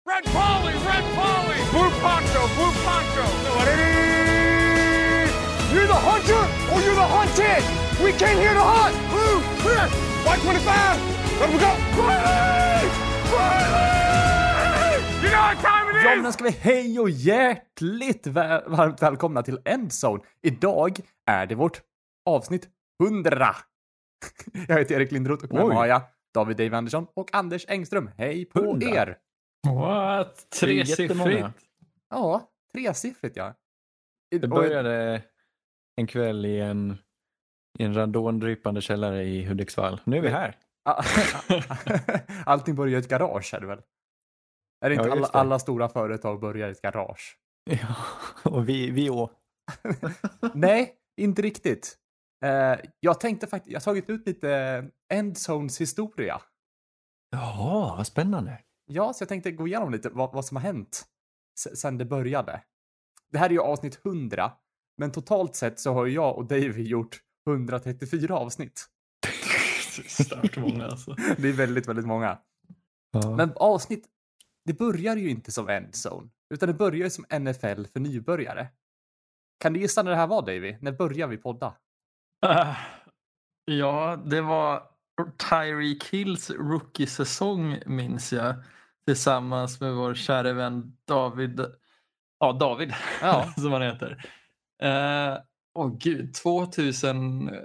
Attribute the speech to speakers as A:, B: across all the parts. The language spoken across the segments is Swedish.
A: Red Polly, blue poncho. You're the hunter or you're the hunted. We came here to hunt. Blue, clear. White 25. Let we go. Riley! You know what time it is?
B: Ja, men ska vi hej och hjärtligt varmt välkomna till Endzone. Idag är det vårt avsnitt 100. Jag heter Erik Lindroth och med mig har jag David Dave Andersson och Anders Engström. Hej på
C: 100.
B: er!
D: What? Tresiffrigt?
B: Ja, tresiffrigt ja.
C: Det började en kväll i en radondrypande källare i Hudiksvall. Nu är vi här.
B: Allting börjar i ett garage är det väl? Är det inte
C: Ja,
B: alla stora företag börjar i ett garage?
C: Ja, och vi
B: Nej, inte riktigt. Jag tänkte faktiskt, jag har tagit ut lite Endzones historia.
C: Jaha, vad spännande.
B: Ja, så jag tänkte gå igenom lite vad som har hänt sen det började. Det här är ju avsnitt 100, men totalt sett så har jag och Davy gjort 134 avsnitt.
D: Stört många alltså.
B: Det är väldigt, väldigt många.
C: Ja.
B: Men avsnitt, det börjar ju inte som Endzone, utan det börjar ju som NFL för nybörjare. Kan du gissa när det här var, Davy? När börjar vi podda?
D: Ja, det var Tyreek Hills rookie-säsong minns jag. Tillsammans med vår kära vän David. Ja, David.
B: Ja.
D: Som han heter. Gud, 2017?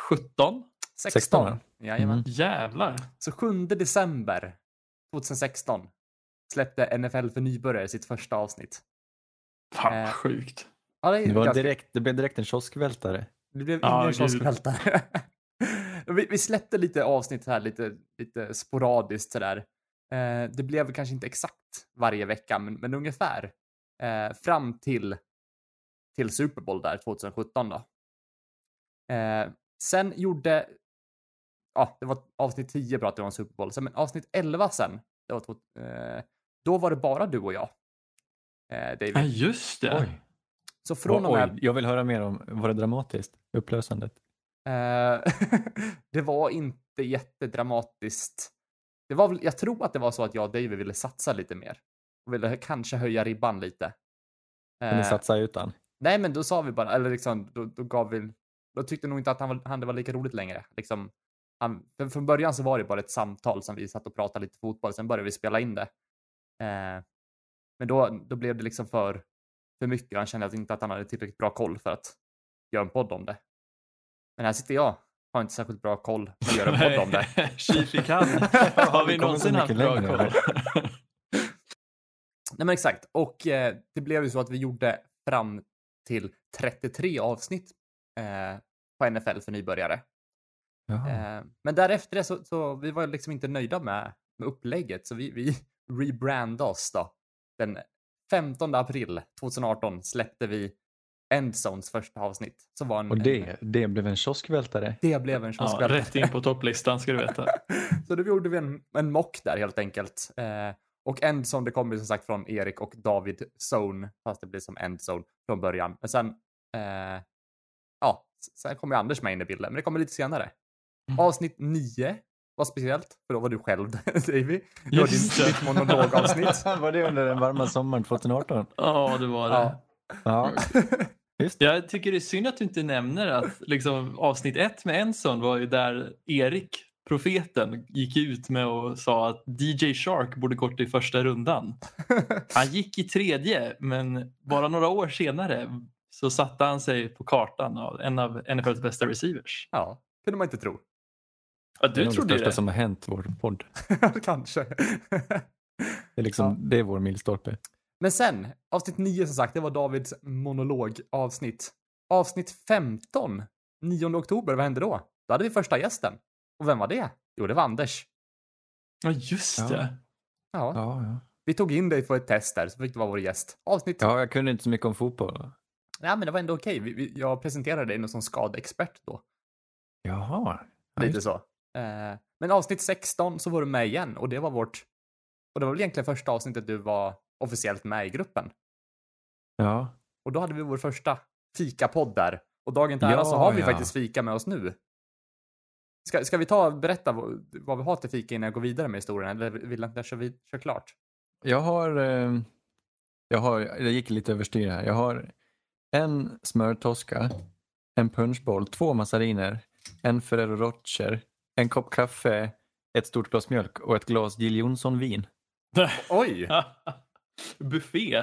B: 16. Jajamän.
D: Jävlar.
B: Så 7 december 2016 släppte NFL för nybörjare sitt första avsnitt.
D: Fan, sjukt.
B: Ja,
C: Det blev direkt en kioskvältare.
B: Det blev ingen kioskvältare. vi släppte lite avsnitt här, lite sporadiskt sådär. Det blev kanske inte exakt varje vecka, men ungefär. Fram till Super Bowl där 2017 då. Sen gjorde... Ja, det var avsnitt 10 pratade vi om Super Bowl. Men avsnitt 11 sen, det var då var det bara du och jag. David.
D: Ja, just det.
C: Oj.
B: Så från och med...
C: Jag vill höra mer om, var det dramatiskt? Upplösandet?
B: Det var inte jättedramatiskt. Jag tror att det var så att jag och David ville satsa lite mer. Och ville kanske höja ribban lite.
C: Ni satsa utan?
B: Nej, men då sa vi bara, eller liksom, då gav vi... Då tyckte nog inte att han det var lika roligt längre. Liksom, från början så var det bara ett samtal som vi satt och pratade lite fotboll. Sen började vi spela in det. Men då blev det liksom för mycket. Han kände inte att han hade tillräckligt bra koll för att göra en podd om det. Men här sitter jag. Har inte särskilt bra koll att göra en podd om det.
D: Kifikan. Har vi någonsin haft bra koll?
B: Nej, men exakt. Och det blev ju så att vi gjorde fram till 33 avsnitt på NFL för nybörjare. Men därefter så vi var liksom inte nöjda med upplägget. Så vi rebrandade oss då. Den 15 april 2018 släppte vi Endzones första avsnitt. Så var
C: och det blev en kioskvältare?
B: Det blev en kioskvältare.
D: Ja, rätt in på topplistan ska du veta.
B: Så då gjorde vi en mock där helt enkelt. Och Endzone, det kommer ju som sagt från Erik och David Zone. Fast det blir som Endzone från början. Men sen sen kommer ju Anders med in i bilden. Men det kommer lite senare. Avsnitt 9 var speciellt. För då var du själv, Davy. Det var ditt monologavsnitt.
C: Var det under den varma sommaren 2018?
D: Ja, det var det.
C: Ja. Just.
D: Jag tycker det är synd att du inte nämner att liksom, avsnitt 1 med Endzone var ju där Erik, profeten, gick ut med och sa att DJ Shark borde gått i första rundan. Han gick i tredje, men bara några år senare så satte han sig på kartan av en av NFLs bästa receivers.
B: Ja, kunde man inte tro.
D: Ja,
C: det är
D: du trodde
C: det
D: det
C: som har hänt vår podd.
B: Kanske.
C: Det är liksom, det är vår milstolpe.
B: Men sen, avsnitt 9 som sagt, det var Davids monologavsnitt. Avsnitt 15, 9 oktober, vad hände då? Då hade vi första gästen. Och vem var det? Jo, det var Anders.
D: Ja, just det.
B: Ja. Vi tog in dig för ett test där, så fick du vara vår gäst. Avsnitt...
C: Ja, jag kunde inte så mycket om fotboll.
B: Ja, men det var ändå okej. Jag presenterade dig som skadeexpert då.
C: Jaha.
B: Lite så. Men avsnitt 16 så var du med igen. Och det var Och det var väl egentligen första avsnittet du var officiellt med i gruppen.
C: Ja.
B: Och då hade vi vår första fika-podd där. Och dagen till ära så har vi faktiskt fika med oss nu. Ska vi berätta vad vi har till fika innan jag går vidare med historien? Eller vill jag inte köra klart?
C: Det gick lite överstyr här. Jag har en smörtoska, en punchboll, 2 massariner, en Ferrero Rocher, en kopp kaffe, ett stort glas mjölk och ett glas Jill Johnson-vin.
B: Oj!
D: Buffé.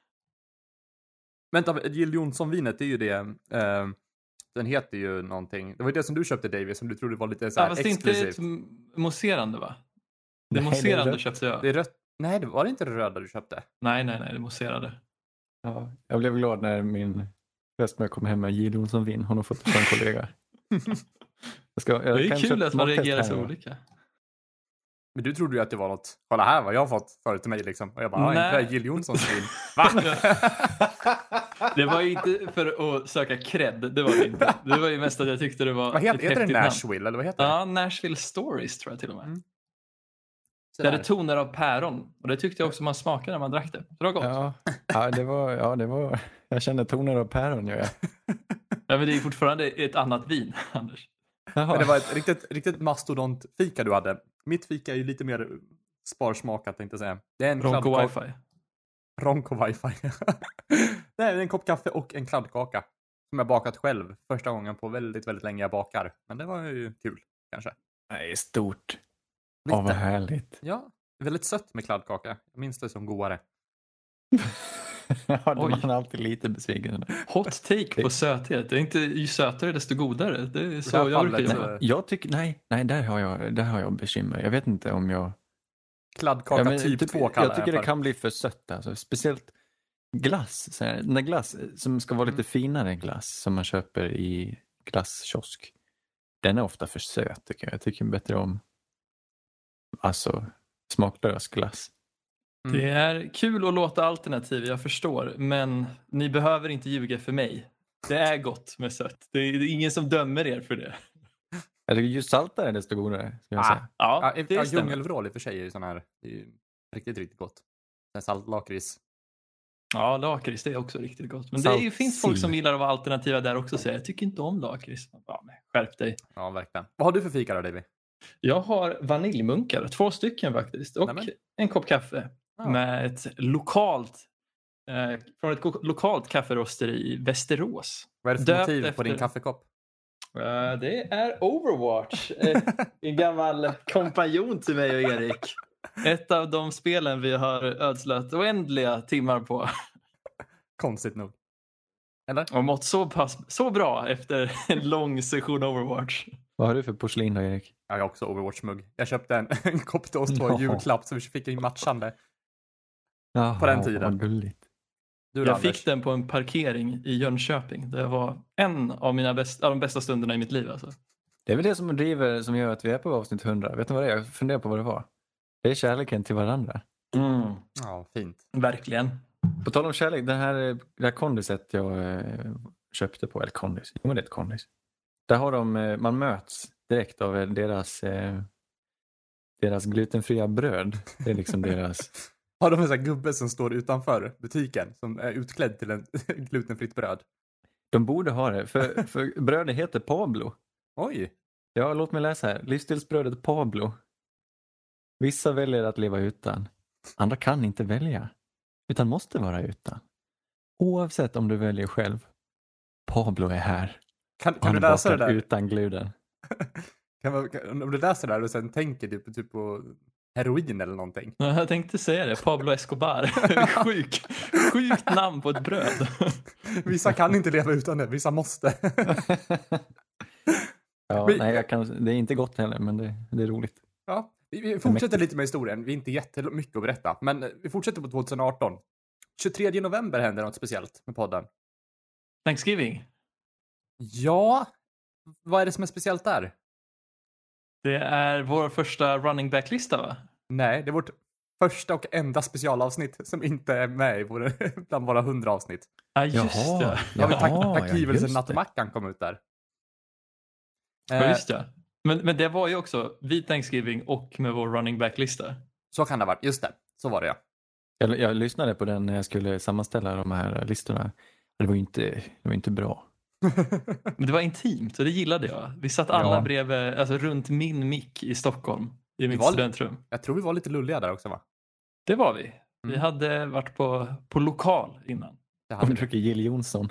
B: Vänta, Jill Johnson-vinet är ju det. Den heter ju någonting. Det var ju det som du köpte, David, som du trodde var lite så här
D: fast
B: exklusivt.
D: det är inte ett mousserande, va? Det
C: Nej,
D: mousserande
C: det är
D: köpte jag.
B: Det är rött. Nej, det var inte det röda du köpte.
D: Nej, det mousserade.
C: Ja, jag blev glad när min fästmö kom hem med Jill Johnson-vin. Hon har fått det från en kollega.
D: Det är kul att man reagerar så olika.
B: Men du trodde ju att det var något. Kolla här vad jag har fått förut till mig liksom. Och jag bara,
D: Nej.
B: inte Jill Johnsons vin. Va?
D: Det var ju inte för att söka cred. Det var det inte. Det var ju mest att jag tyckte det var
B: Vad heter det? Heter det
D: namn.
B: Nashville eller vad heter det?
D: Ja, Nashville Stories tror jag till och med.
B: Mm.
D: Det hade toner av päron. Och det tyckte jag också man smakade när man drack det. Det var gott.
C: Ja, det var... Jag kände toner av päron, gör jag.
D: Ja, men det är fortfarande ett annat vin, Anders.
B: Men det var ett riktigt mastodontfika du hade. Mitt fika är ju lite mer sparsmakat, tänkte jag säga. Det är en
D: Ronco Wi-Fi.
B: Ronco Wi-Fi. Det är en kopp kaffe och en kladdkaka. Som jag bakat själv. Första gången på väldigt, väldigt länge jag bakar. Men det var ju kul, kanske.
C: Det är stort.
B: Lite.
C: Vad härligt.
B: Ja, väldigt sött med kladdkaka. Jag minns det som godare.
C: Ja, man är alltid lite besviken.
D: Hot take på söthet. Det är inte ju sötare desto godare. Det är så
B: här
D: jag
B: fallet,
D: brukar göra.
C: Nej, jag tycker, nej, där har jag bekymmer. Jag vet inte om jag...
B: Kladdkaka
C: men
B: typ 2 kallar
C: jag tycker
B: för.
C: det kan bli för sött. Alltså. Speciellt glass. Så här, den glass som ska vara lite finare glass som man köper i glasskiosk. Den är ofta för söt, tycker jag. Jag tycker bättre om smaklös glass.
D: Det är kul att låta alternativ, jag förstår. Men ni behöver inte ljuga för mig. Det är gott med sött. Det är ingen som dömer er för det.
C: Jag tycker ju saltare desto godare. Ska jag säga.
D: Ja,
B: Ja,
D: det stämmer.
B: djungelvrål i och för sig är ju sån här. Det är ju riktigt, riktigt gott. Sen saltlakrits.
D: Ja, lakrits det är också riktigt gott. Men
C: Salt
D: det finns folk som
C: sill.
D: gillar att vara alternativa där också. Så jag tycker inte om lakrits. Ja, men skärp dig.
B: Ja, verkligen. Vad har du för fika då, David?
D: Jag har vaniljmunkar, 2 stycken faktiskt. Och
B: Nämen.
D: en kopp kaffe.
B: Ja.
D: Med ett från ett lokalt kafferosteri i Västerås.
B: Vad är det för
D: Döpt
B: motiv på
D: efter-
B: din kaffekopp?
D: Det är Overwatch. En gammal kompanjon till mig och Erik. Ett av de spelen vi har ödslat oändliga timmar på.
B: Konstigt nog. Eller?
D: Och mått så bra efter en lång session Overwatch.
C: Vad har du för porslin då, Erik?
B: Jag har också Overwatch-mugg. Jag köpte en kopp till oss 2
C: Ja.
B: julklapp så vi fick en matchande.
C: Jaha,
B: På den tiden.
C: Vad gulligt.
B: Du då,
D: Jag
B: Anders?
D: fick den på en parkering i Jönköping. Det var en av de bästa stunderna i mitt liv. Alltså.
C: Det är väl det som gör att vi är på avsnitt 100. Vet du vad det är? Jag funderar på vad det var. Det är kärleken till varandra.
B: Ja, fint.
D: Verkligen.
C: På tal om kärlek, det här kondiset jag köpte på, eller kondis, jo men det är ett kondis. Där har man möts direkt av deras glutenfria bröd. Det är liksom deras...
B: Har de en sån här gubbe som står utanför butiken som är utklädd till en glutenfritt bröd?
C: De borde ha det, för brödet heter Pablo.
B: Oj!
C: Ja, låt mig läsa här. Livsstilsbrödet Pablo. Vissa väljer att leva utan. Andra kan inte välja. Utan måste vara utan. Oavsett om du väljer själv. Pablo är här.
B: Kan
C: Han
B: du
C: är
B: läsa det
C: bakad
B: där?
C: utan gluten.
B: Om du läser det där och sen tänker du typ på heroin eller någonting.
D: Jag tänkte säga det. Pablo Escobar. Sjukt namn på ett bröd.
B: Vissa kan inte leva utan det, vissa måste.
C: Ja,
B: Men-
C: nej, det är inte gott heller, men det är roligt.
B: Ja, vi fortsätter lite med historien. Vi är inte jättemycket att berätta, men vi fortsätter på 2018. 23 november händer något speciellt med podden.
D: Thanksgiving.
B: Ja, vad är det som är speciellt där?
D: Det är vår första running back-lista, va?
B: Nej, det är vårt första och enda specialavsnitt som inte är med bland våra 100 avsnitt.
D: Ja, just
C: Jaha.
D: det.
B: Ja, men
C: Ja,
B: Takivelsen
C: just det.
B: Nattmackan kom ut där.
D: Ja, just det. Men det var ju också vid Thanksgiving och med vår running back-lista.
B: Så kan det ha varit, just det. Så var det ja.
C: Jag lyssnade på den när jag skulle sammanställa de här listorna. Det var inte bra.
D: Men det var intimt och det gillade jag. Vi satt alla
C: Ja.
D: bredvid, alltså runt min mick i Stockholm. I mitt
B: var-
D: studentrum.
B: Jag tror vi var lite lulliga där också va?
D: Det var vi. Vi hade varit på lokal innan.
B: Det
C: Och
B: hade
C: vi
B: vi.
C: dricker Jill Johnson.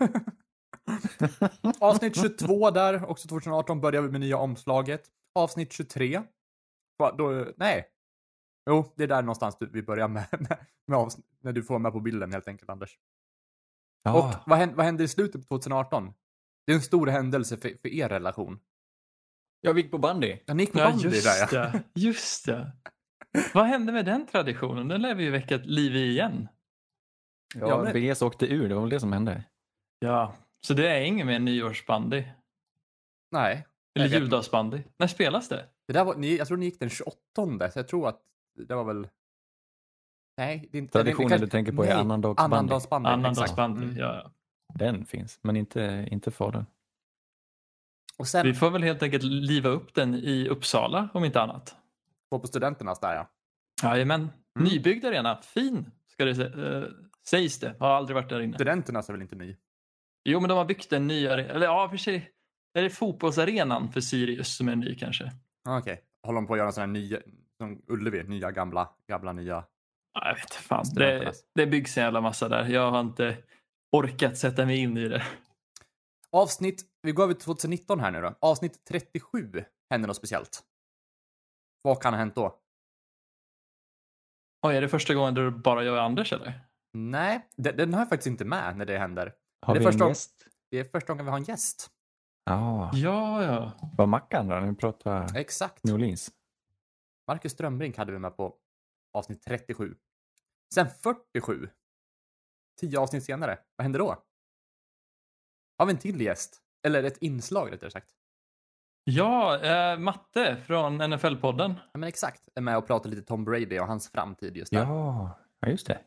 B: Avsnitt 22 där, också 2018 börjar vi med nya omslaget. Avsnitt 23. Nej. Jo, det är där någonstans vi börjar med när du får med på bilden helt enkelt, Anders.
C: Ja,
B: Och vad händer i slutet på 2018? Det är en stor händelse för er relation.
C: jag gick på bandy.
B: Ja, ni gick på
D: Ja,
B: bandy
D: just
B: där, ja.
D: det. Just det. Vad hände med den traditionen? Den lär vi ju väcka ett liv i igen.
B: Ja, men-
C: BS åkte ur, det var väl det som hände.
D: Ja, så det är ingen mer nyårsbandy.
B: Nej.
D: Eller
B: Jag vet
D: juldagsbandy. När spelas det?
B: Det där jag tror ni gick den 28, så jag tror att det var väl... Nej, det är inte...
C: Traditionen du tänker på är annandagsbandy.
B: Annandagsbandy. exakt.
D: Annandagsbandy,
B: Mm.
D: ja.
C: Den finns, men inte fadern.
B: Och sen
D: Vi får väl helt enkelt liva upp den i Uppsala om inte annat.
B: på studenternas där, ja.
D: Jajamän.
B: Mm.
D: Nybyggd arena. Fin, ska det sägs det. Har aldrig varit där inne.
B: Studenternas är väl inte ny?
D: Jo, men de har byggt en ny arena. Eller ja, för sig. Är det fotbollsarenan för Sirius som är ny kanske?
B: Okej. Håller de på att göra en sån här ny, som Ullevi, nya gamla nya.
D: Ja, jag vet inte fan.
B: Studenternas.
D: Det byggs en jävla massa där. Jag har inte orkat sätta mig in i det.
B: Vi går över till 2019 här nu då. Avsnitt 37 händer något speciellt. Vad kan ha hänt då?
D: Oj, är det första gången du bara jag och Anders eller?
B: Nej, den har jag faktiskt inte med när det händer.
C: Har
B: Det är
C: vi en
B: första-
C: gäst?
B: Det är första gången vi har en gäst.
C: Ja,
D: Ja.
C: vad Mackan då? När vi pratar
B: Exakt.
C: New Orleans.
B: Marcus Strömbrink hade vi med på avsnitt 37. Sen 47. 10 avsnitt senare. Vad händer då? Har vi en till gäst? Eller ett inslag rättare sagt.
D: Ja, Matte från NFL-podden.
B: Ja, men exakt. Är med och pratar lite Tom Brady och hans framtid just där.
C: Ja, just det.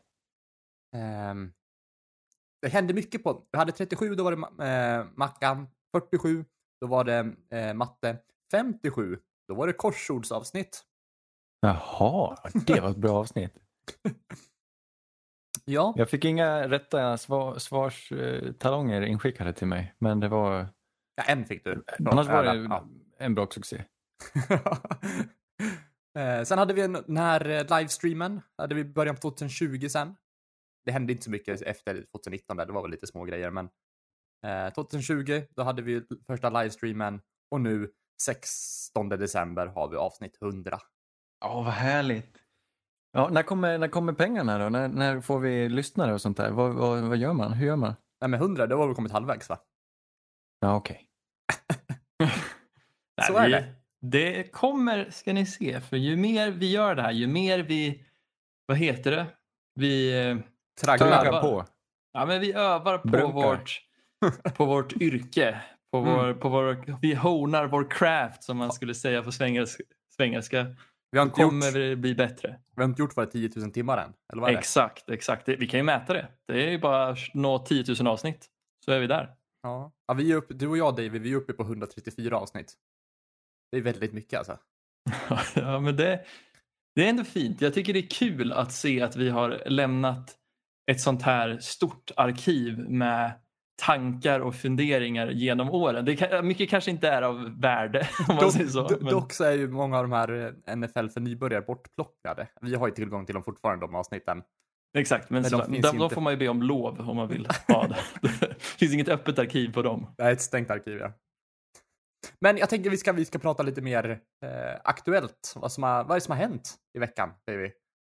B: Det hände mycket på... Vi hade 37, då var det Mackan. 47, då var det Matte. 57, då var det korsordsavsnitt.
C: Jaha, det var ett bra avsnitt.
B: Ja,
C: Jag fick inga rätta svarstalonger inskickade till mig, men det var...
B: ja, en fick du.
C: Annars var det
B: Ja.
C: en bra succé.
B: Sen hade vi den här livestreamen. Hade vi början på 2020 sen. Det hände inte så mycket efter 2019 där. Det var väl lite små grejer. Men 2020 då hade vi första livestreamen. Och nu 16 december har vi avsnitt 100.
C: Ja, vad härligt. Ja, när kommer pengarna då? När får vi lyssnare och sånt där? Vad gör man? Hur gör man?
B: Nej, men 100, då har vi kommit halvvägs va?
C: Ja, okej.
B: Så är det.
D: Det kommer, ska ni se, för ju mer vi gör det här, ju mer vi, vad heter det? Vi
B: Tragglar.
D: övar.
C: på.
D: Ja, men vi övar på vårt yrke. Vi honar vår craft, som man skulle säga på svengelska.
B: Vi har inte
D: Kommer
B: gjort,
D: det bli bättre?
B: vi har inte gjort våra 10 000 timmar än. Eller vad är det?
D: Exakt. Vi kan ju mäta det. Det är ju bara att nå 10 000 avsnitt. Så är vi där.
B: Ja, vi är uppe, du och jag David, vi är uppe på 134 avsnitt. Det är väldigt mycket alltså.
D: Ja, men det är ändå fint. Jag tycker det är kul att se att vi har lämnat ett sånt här stort arkiv med tankar och funderingar genom åren. Mycket kanske inte är av värde om man säger så. Men...
B: Dock så är ju många av de här NFL för nybörjare bortplockade. Vi har ju tillgång till dem fortfarande, de avsnitten.
D: Exakt, men då får man ju be om lov om man vill ha det. Det finns inget öppet arkiv på dem.
B: Det är ett stängt arkiv, ja. Men jag tänker vi ska prata lite mer aktuellt. Vad är det som har hänt i veckan, Baby?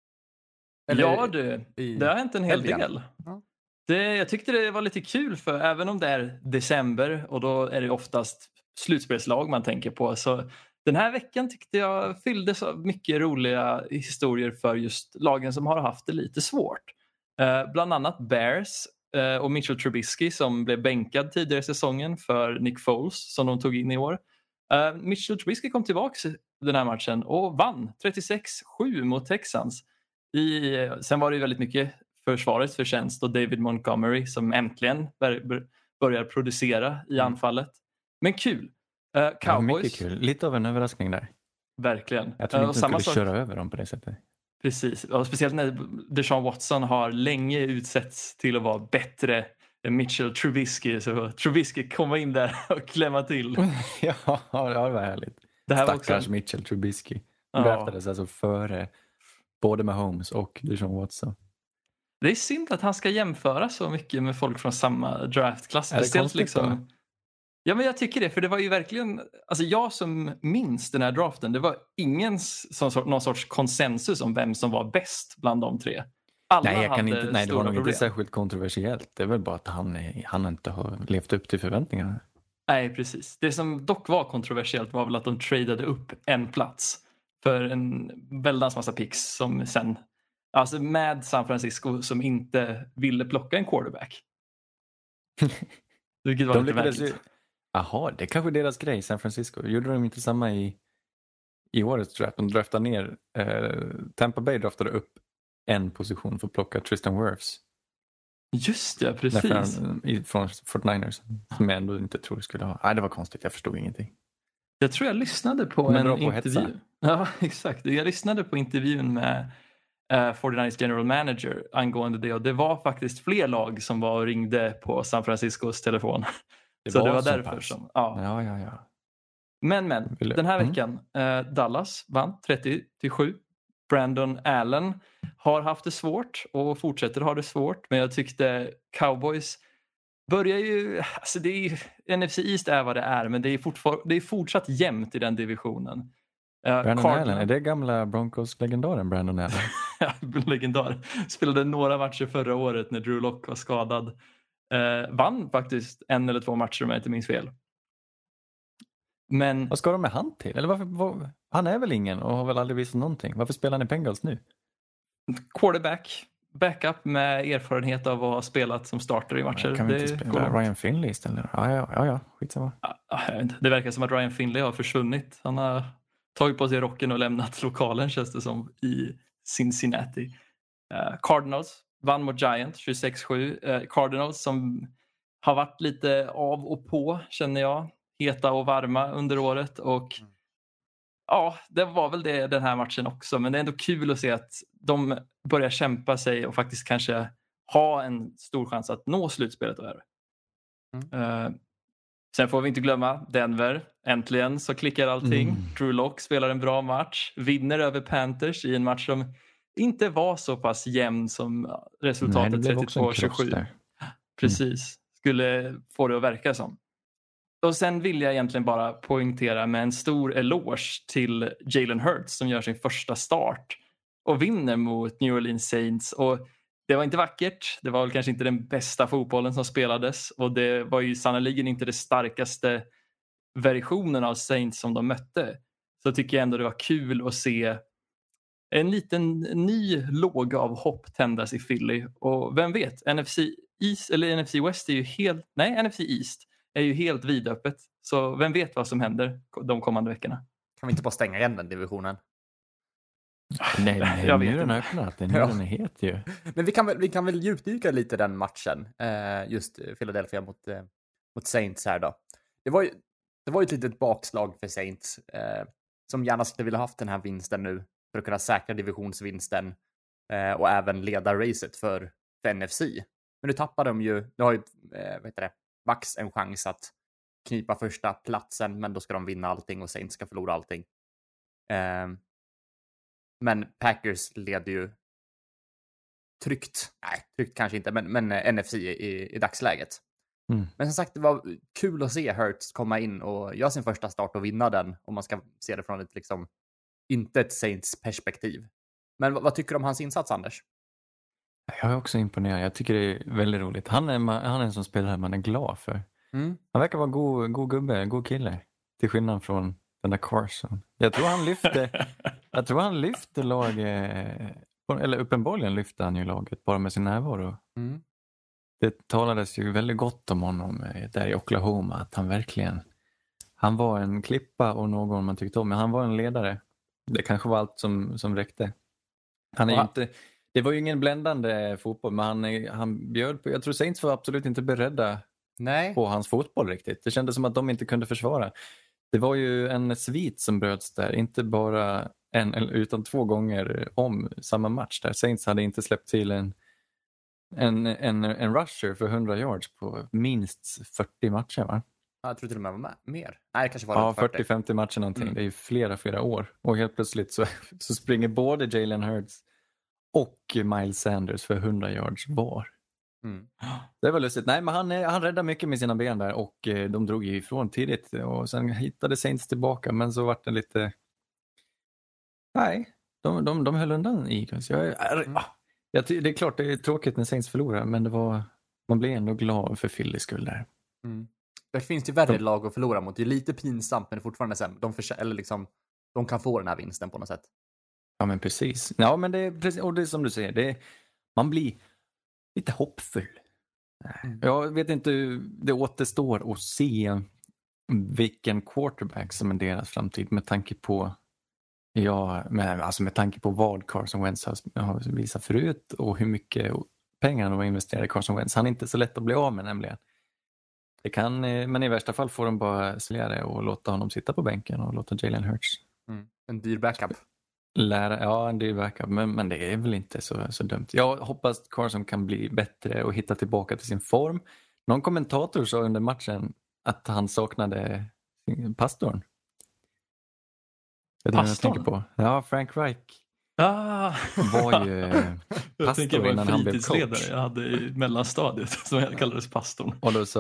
D: Ja,
B: i
D: det har hänt en hel
B: helgen.
D: del.
B: Ja.
D: Jag tyckte det var lite kul, för även om det är december och då är det oftast slutspelslag man tänker på, så den här veckan tyckte jag fyllde så mycket roliga historier för just lagen som har haft det lite svårt. Bland annat Bears och Mitchell Trubisky som blev bänkad tidigare i säsongen för Nick Foles som de tog in i år. Mitchell Trubisky kom tillbaka den här matchen och vann 36-7 mot Texans. Sen var det ju väldigt mycket försvarets förtjänst och David Montgomery som äntligen börjar producera i anfallet. Men kul. Cowboys.
C: Ja, mycket kul. Lite av en överraskning där.
D: Verkligen.
C: Jag trodde inte de skulle köra över dem på det sättet.
D: Precis. Och speciellt när Deshaun Watson har länge utsetts till att vara bättre än Mitchell Trubisky. Så Trubisky kommer in där och klämma till.
C: Ja, det var härligt.
D: Det här var
C: Stackars
D: också...
C: Mitchell Trubisky.
D: Ja.
C: Draftades alltså före både med Holmes och Deshaun Watson.
D: Det är synd att han ska jämföra så mycket med folk från samma draftklass.
C: Är det
D: Speciellt
C: konstigt
D: liksom... Ja, men jag tycker det, för det var ju verkligen, alltså jag som minns den här draften, det var ingen någon sorts konsensus om vem som var bäst bland de tre. Alla
C: Nej, jag kan
D: hade
C: inte, nej, det var nog
D: problem.
C: inte särskilt kontroversiellt. Det är väl bara att han inte har levt upp till förväntningarna.
D: Nej, precis. Det som dock var kontroversiellt var väl att de tradade upp en plats för en väldans massa picks som sen, alltså med San Francisco som inte ville plocka en quarterback. Vilket var lite märkligt.
C: Jaha, det är kanske deras grej, San Francisco. Gjorde de inte samma i årets draft? De draftade ner, Tampa Bay draftade upp en position för att plocka Tristan Wirfs.
D: Just det, precis.
C: Från 49ers, som jag ändå inte tror skulle ha. Nej, det var konstigt, jag förstod ingenting.
D: Jag tror jag lyssnade på en intervju. Ja, exakt. Jag lyssnade på intervjun med 49ers general manager angående det, och det var faktiskt fler lag som var och ringde på San Franciscos telefon. Så det var därför som...
C: Ja.
D: Men den här veckan Dallas vann 30-7. Brandon Allen har haft det svårt och fortsätter ha det svårt, men jag tyckte Cowboys börjar ju, alltså det är ju, NFC East är vad det är, men det är fortsatt jämnt i den divisionen.
C: Brandon Allen, är det gamla Broncos-legendaren Brandon Allen?
D: Ja, legendar. Spelade några matcher förra året när Drew Lock var skadad. Vann faktiskt 1 eller 2 matcher om jag inte minns fel. Men...
C: Vad ska de med han till? Eller varför, han är väl ingen och har väl aldrig visat någonting. Varför spelar han i Bengals nu?
D: Quarterback. Backup med erfarenhet av att ha spelat som starter i matcher.
C: Kan vi inte spela Ryan Finley istället? Ja, skitsamma.
D: Det verkar som att Ryan Finley har försvunnit. Han har tagit på sig rocken och lämnat lokalen, känns det som, i Cincinnati. Cardinals vann mot Giants 26-7. Cardinals som har varit lite av och på, känner jag. Heta och varma under året, och ja, det var väl det den här matchen också, men det är ändå kul att se att de börjar kämpa sig och faktiskt kanske ha en stor chans att nå slutspelet och sen får vi inte glömma Denver, äntligen så klickar allting. Drew Lock spelar en bra match, vinner över Panthers i en match som inte var så pass jämn som resultatet 32-27. Precis, skulle få det att verka som. Och sen vill jag egentligen bara poängtera med en stor eloge till Jalen Hurts som gör sin första start och vinner mot New Orleans Saints. Och det var inte vackert, det var väl kanske inte den bästa fotbollen som spelades, och det var ju sannoliken inte det starkaste versionen av Saints som de mötte. Så tycker jag ändå det var kul att se en liten ny låga av hopp tändas i Philly. Och vem vet, NFC East eller NFC West är ju helt, nej, NFC East är ju helt vidöppet. Så vem vet vad som händer de kommande veckorna.
B: Kan vi inte bara stänga igen den divisionen?
C: Nej, nu är den öppnat. Den är het ju.
B: Men vi kan väl djupdyka lite den matchen. Just Philadelphia mot Saints här då. Det var ju ett litet bakslag för Saints. Som gärna skulle vilja haft den här vinsten nu. För att kunna säkra divisionsvinsten. Och även leda racet för NFC. Men nu tappar de ju. Nu har ju Bucks en chans att knipa första platsen, men då ska de vinna allting och Saints ska förlora allting. Men Packers leder ju tryggt kanske inte, men NFC i dagsläget. Men som sagt, det var kul att se Hurts komma in och göra sin första start och vinna den, om man ska se det från ett liksom, inte ett Saints perspektiv. Men vad tycker du om hans insats, Anders?
C: Jag är också imponerad. Jag tycker det är väldigt roligt. Han är en som spelar man är glad för. Han verkar vara god gubbe, god kille. Till skillnad från den där Carson. Jag tror han lyfte laget, eller uppenbarligen lyfte han ju laget bara med sin närvaro. Det talades ju väldigt gott om honom där i Oklahoma, att han var en klippa och någon man tyckte om, men han var en ledare. Det kanske var allt som räckte. Han är inte... Det var ju ingen bländande fotboll, men han bjöd på... Jag tror Saints var absolut inte beredda på hans fotboll riktigt. Det kändes som att de inte kunde försvara. Det var ju en svit som bröts där. Inte bara utan 2 gånger om samma match där. Saints hade inte släppt till en rusher för 100 yards på minst 40 matcher, va?
B: Jag tror till och med var mer. Nej, det kanske var
C: 40-50 matcher någonting. Det är ju flera år. Och helt plötsligt så springer både Jalen Hurts och Miles Sanders för 100 yards var.
B: Mm.
C: Det var lustigt. Nej, men han räddade mycket med sina ben där och de drog ju ifrån tidigt och sen hittade Saints tillbaka, men så var det lite... Nej, de höll undan Eagles. Det är klart det är tråkigt när Saints förlorar, men man blir ändå glad för Philly skull där.
B: Mm. Det finns ju värre lag att förlora mot. Det är lite pinsamt, men det är fortfarande så här, de kan få den här vinsten på något sätt.
C: Ja, men precis. Ja, men det är precis, och det är som du säger, man blir lite hoppfull. Jag vet inte, det återstår att se vilken quarterback som är deras framtid med tanke på med tanke på vad Carson Wentz har visat förut och hur mycket pengar de har investerat i Carson Wentz. Han är inte så lätt att bli av med nämligen. Men i värsta fall får de bara slä det och låta honom sitta på bänken och låta Jalen Hurts.
B: En dyr backup.
C: En dyr backup, men det är väl inte så dumt. Jag hoppas att Carson kan bli bättre och hitta tillbaka till sin form. Någon kommentator sa under matchen att han saknade pastorn. Vet du vad jag tänker på? Ja, Frank Reich var ju pastor innan han blev coach.
D: Jag hade i mellanstadiet som jag kallades pastorn.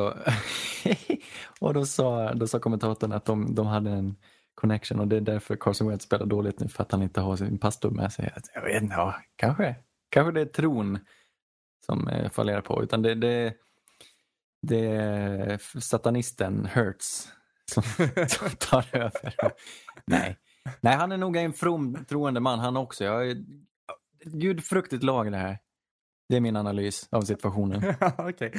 C: Och då sa kommentatorn att de hade en connection och det är därför Carson Wentz spelar dåligt nu, för att han inte har sin pastor med sig. Jag vet inte, kanske det är tron som fallerar på, utan det är satanisten Hurts som tar över. Nej, han är nog en from troende man han också. Jag är gudfruktigt lag det här. Det är min analys av situationen.
B: Okej.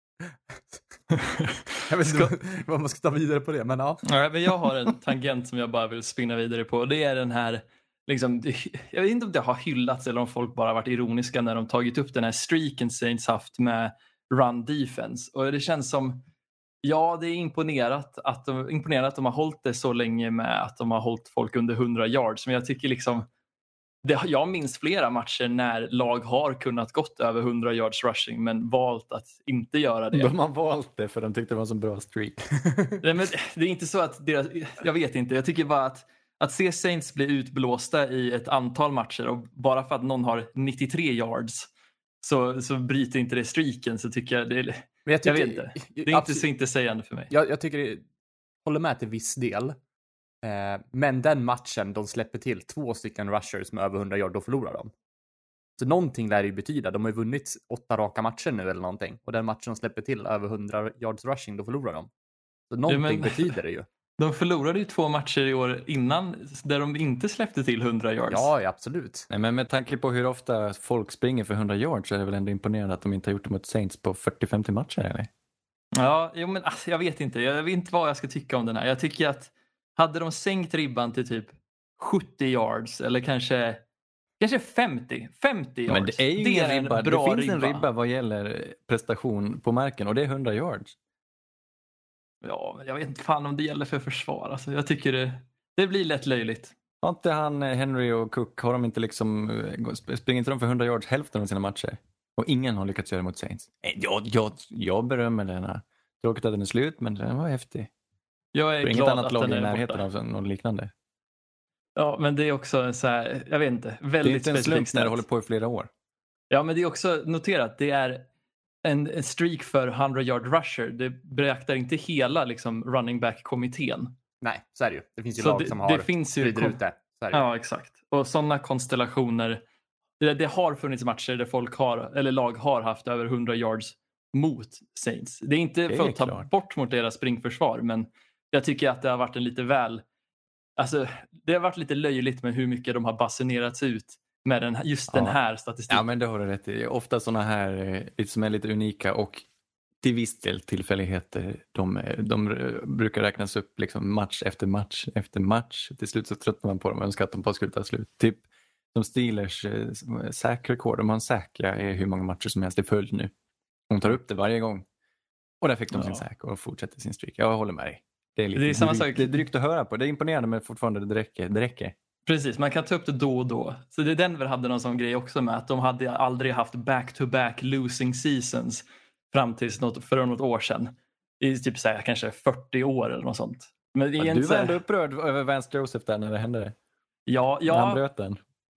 B: Jag vet inte vad man ska ta vidare på det, men ja.
D: Men jag har en tangent som jag bara vill spinna vidare på. Det är den här, liksom, jag vet inte om det har hyllats eller om folk bara varit ironiska när de tagit upp den här streaken Saints haft med run defense. Och det känns som, det är imponerat att de har hållit det så länge med att de har hållit folk under 100 yards. Men jag tycker liksom, jag minns flera matcher när lag har kunnat gått över 100 yards rushing men valt att inte göra det.
C: De har valt det för de tyckte det var en så bra streak.
D: Nej, men det är inte så att jag vet inte. Jag tycker bara att se Saints bli utblåsta i ett antal matcher och bara för att någon har 93 yards så bryter inte det streaken, så tycker jag det jag vet inte. Det är inte så intressant för mig.
B: Jag tycker håller med till viss del. Men den matchen de släpper till 2 stycken rushers med över 100 yards, då förlorar de. Så någonting lär ju betyda. De har ju vunnit 8 raka matcher nu eller någonting. Och den matchen de släpper till över 100 yards rushing, då förlorar de. Så någonting betyder det ju.
D: De förlorade ju 2 matcher i år innan där de inte släppte till 100 yards.
B: Ja, absolut.
C: Nej, men med tanke på hur ofta folk springer för 100 yards så är det väl ändå imponerande att de inte har gjort det mot Saints på 40-50 matcher, eller?
D: Ja, men jag vet inte. Jag vet inte vad jag ska tycka om den här. Jag tycker att hade de sänkt ribban till typ 70 yards eller kanske 50 yards.
C: Men det är ju ingen ribba. Det finns en ribba vad gäller prestation på marken och det är 100 yards.
D: Ja, jag vet inte fan om det gäller för försvar. Alltså, jag tycker det blir lätt löjligt.
C: Har inte Henry och Cook, har de inte liksom, springer inte de för 100 yards hälften av sina matcher? Och ingen har lyckats göra mot Saints. Jag berömmer den här. Tråkigt att den är slut, men den var häftig.
D: Jag är glad
C: annat
D: att
C: lag
D: den
C: i
D: är
C: närheten
D: borta.
C: av något liknande.
D: Ja, men det är också så här, jag vet inte, väldigt
C: specifikt. Det är inte en slump när det håller på i flera år.
D: Ja, men det är också noterat, det är en streak för 100 yard rusher. Det beräknar inte hela liksom running back-kommittén.
B: Nej, så är det ju. Det finns ju lag som har sprider ut det.
D: Ja, exakt. Och sådana konstellationer, det har funnits matcher där folk lag har haft över 100 yards mot Saints. Det är inte för att ta bort mot deras springförsvar, men jag tycker att det har varit en lite väl, alltså det har varit lite löjligt med hur mycket de har basunerats ut med den här statistiken.
C: Ja, men det har du rätt i. Ofta sådana här som är lite unika och till viss del tillfälligheter. De brukar räknas upp liksom match efter match efter match. Till slut så tröttnar man på dem och önskar att de bara skulle ta slut. Typ som Steelers sack-rekord. De har en sack är hur många matcher som helst i följd nu. De tar upp det varje gång. Och där fick de sin sack och fortsätter sin streak. Jag håller med dig. Det är samma sak. Det är drygt att höra på. Det är imponerande, men fortfarande det räcker. Precis,
D: man kan ta upp det då och då. Så det Denver hade någon sån grej också med att de hade aldrig haft back-to-back losing seasons fram till för något år sedan. I typ så här, kanske 40 år eller något sånt. Men
C: du var ändå upprörd över Vance Joseph där när det hände det.
D: Ja.
C: När han bröt den.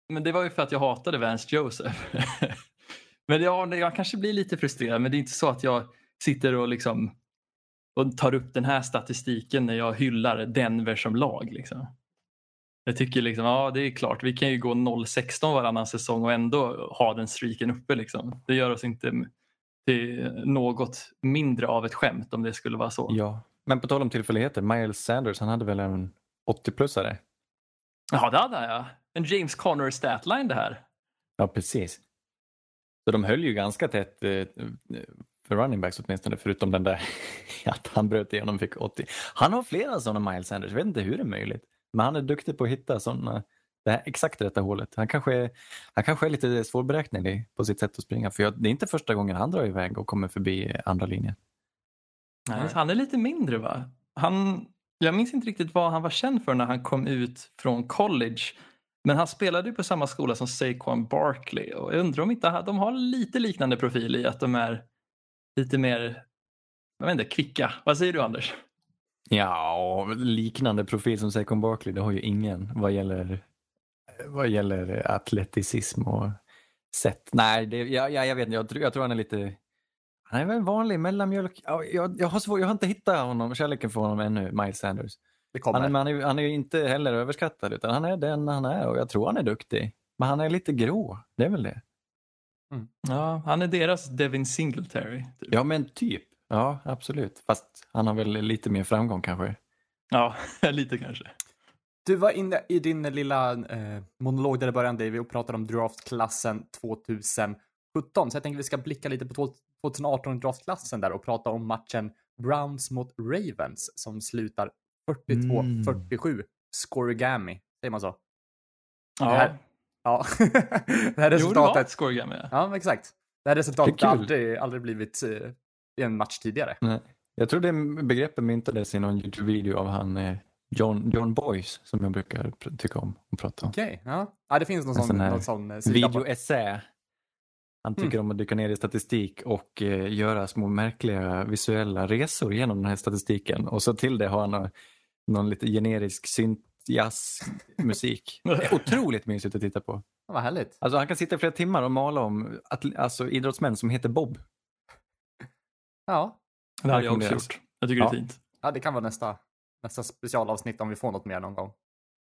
D: men det var ju för att jag hatade Vance Joseph. Men jag kanske blir lite frustrerad, men det är inte så att jag sitter och liksom och tar upp den här statistiken när jag hyllar Denver som lag liksom. Jag tycker liksom, ja det är klart, vi kan ju gå 0-16 varannan säsong och ändå ha den streaken uppe liksom. Det gör oss inte till något mindre av ett skämt om det skulle vara så.
C: Ja, men på tal om tillfälligheter, Miles Sanders, han hade väl en 80-plussare?
D: Ja, det hade jag. En James Conner statline det här.
C: Ja, precis. Så de höll ju ganska tätt för running backs åtminstone, förutom den där att han bröt igenom och fick 80. Han har flera sådana Miles Sanders, jag vet inte hur det är möjligt. Men han är duktig på att hitta sådana, det här exakt rätta hålet. Han kanske är lite svårberäknelig på sitt sätt att springa. För det är inte första gången han drar iväg och kommer förbi andra linjen.
D: Nej, han är lite mindre va? Jag minns inte riktigt vad han var känd för när han kom ut från college. Men han spelade ju på samma skola som Saquon Barkley. Och jag undrar om inte de har lite liknande profil i att de är lite mer, jag vet inte, kvicka. Vad säger du Anders?
C: Ja, liknande profil som Saquon Barkley, det har ju ingen vad gäller atleticism och sätt. Nej, jag vet inte, jag tror han är lite, han är väl en vanlig mellanmjölk. Jag har inte hittat kärleken för honom ännu, Miles Sanders. Han är ju inte heller överskattad, utan han är den han är och jag tror han är duktig. Men han är lite grå, det är väl det.
D: Mm. Ja, han är deras Devin Singletary. Typ.
C: Ja, men typ. Ja, absolut. Fast han har väl lite mer framgång kanske.
D: Ja, lite kanske.
B: Du var inne i din lilla monolog där det började, David, och pratade om draftklassen 2017. Så jag tänkte vi ska blicka lite på 2018 draftklassen där och prata om matchen Browns mot Ravens som slutar 42-47. Scorigami, säger man så?
D: Ja.
B: Det här resultatet.
D: Jo, det var ett scorigami.
B: Ja, exakt. Det här resultatet har aldrig blivit i en match tidigare.
C: Nej. Jag tror det begreppet myntades i någon YouTube-video av han John Boyce som jag brukar tycka om att prata om.
B: Okej, ja. Det finns någon sån
C: video-essä. Han tycker om att dyka ner i statistik och göra små märkliga visuella resor genom den här statistiken. Och så till det har han någon lite generisk synt-jazz-musik. Det är otroligt mysigt att titta på.
B: Vad härligt.
C: Alltså han kan sitta i flera timmar och mala om idrottsmän som heter Bob.
B: Ja.
D: Det har jag också gjort. Jag tycker det är fint.
B: Ja, det kan vara nästa specialavsnitt om vi får något mer någon gång.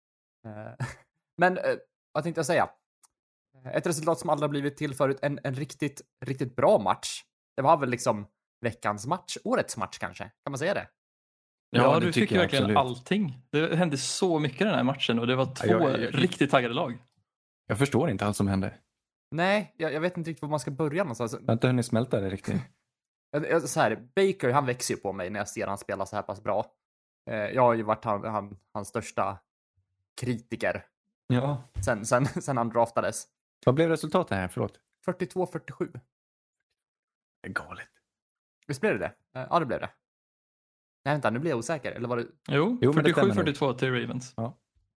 B: Men vad tänkte jag säga? Ett resultat som aldrig har blivit till förut. En riktigt, riktigt bra match. Det var väl liksom veckans match. Årets match kanske. Kan man säga det?
D: Ja, du tycker verkligen absolut. Allting. Det hände så mycket i den här matchen och det var två riktigt taggade lag.
C: Jag förstår inte allt som hände.
B: Nej, jag vet inte riktigt var man ska börja någonstans.
C: Jag har inte hunnit smälta det riktigt.
B: Så här, Baker, han växer ju på mig när jag ser han spela så här pass bra. Jag har ju varit hans största kritiker.
C: Ja.
B: Sen han draftades.
C: Vad blev resultatet här? Förlåt.
B: 42-47.
C: Det är galet.
B: Visst blev det? Ja, det blev det. Nej, vänta, nu blir jag osäker. Eller var det...
D: Jo 47-42 till Ravens.
C: Ja.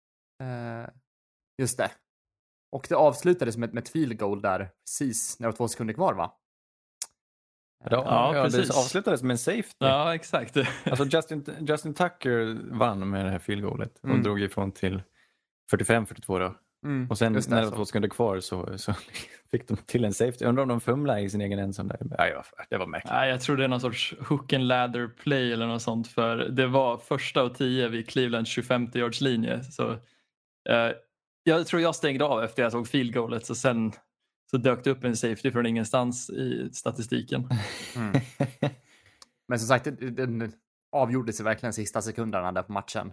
B: Just det. Och det avslutades med ett field goal där precis när det var 2 sekunder kvar, va?
C: Ja, precis. Det avslutades med en safety.
D: Ja, exakt.
C: Alltså Justin Tucker vann med det här field goalet och drog ifrån till 45-42 då. Och sen när det var 2 sekunder kvar så fick de till en safety. Jag undrar om de fumlade i sin egen ensam där. Det var märkligt.
D: Nej, jag tror det är någon sorts hook and ladder play eller något sånt. För det var 1:a och 10 vid Clevelands 25-yards linje. Så jag tror jag stängde av efter jag såg field goalet. Så sen så dök det upp en safety från ingenstans i statistiken.
B: Men som sagt, den avgjordes verkligen sista sekunderna där på matchen.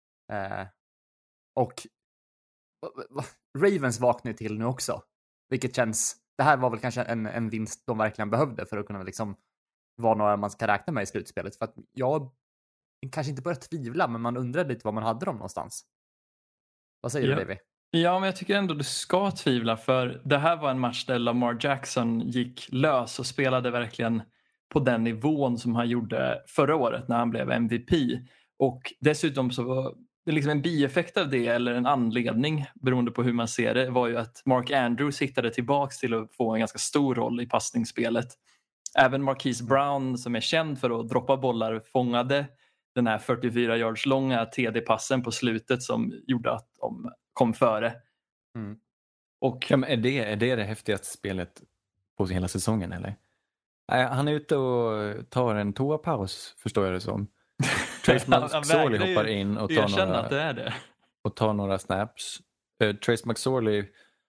B: Och Ravens vaknar till nu också. Vilket känns... Det här var väl kanske en vinst de verkligen behövde för att kunna liksom vara några man ska räkna med i slutspelet. För att jag kanske inte började tvivla, men man undrade lite vad man hade dem någonstans. Vad säger du, David?
D: Ja, men jag tycker ändå du ska tvivla, för det här var en match där Lamar Jackson gick lös och spelade verkligen på den nivån som han gjorde förra året när han blev MVP. Och dessutom så var det liksom en bieffekt av det, eller en anledning beroende på hur man ser det, var ju att Mark Andrews hittade tillbaks till att få en ganska stor roll i passningsspelet. Även Marquise Brown, som är känd för att droppa bollar, fångade den här 44 yards långa TD-passen på slutet som gjorde att de kom före. Och
C: Ja, men är det häftigaste spelet på hela säsongen eller? Han är ute och tar en toapaus, förstår jag det som. Trace McSorley hoppar in och
D: att det är det.
C: och tar några snaps. Trace McSorley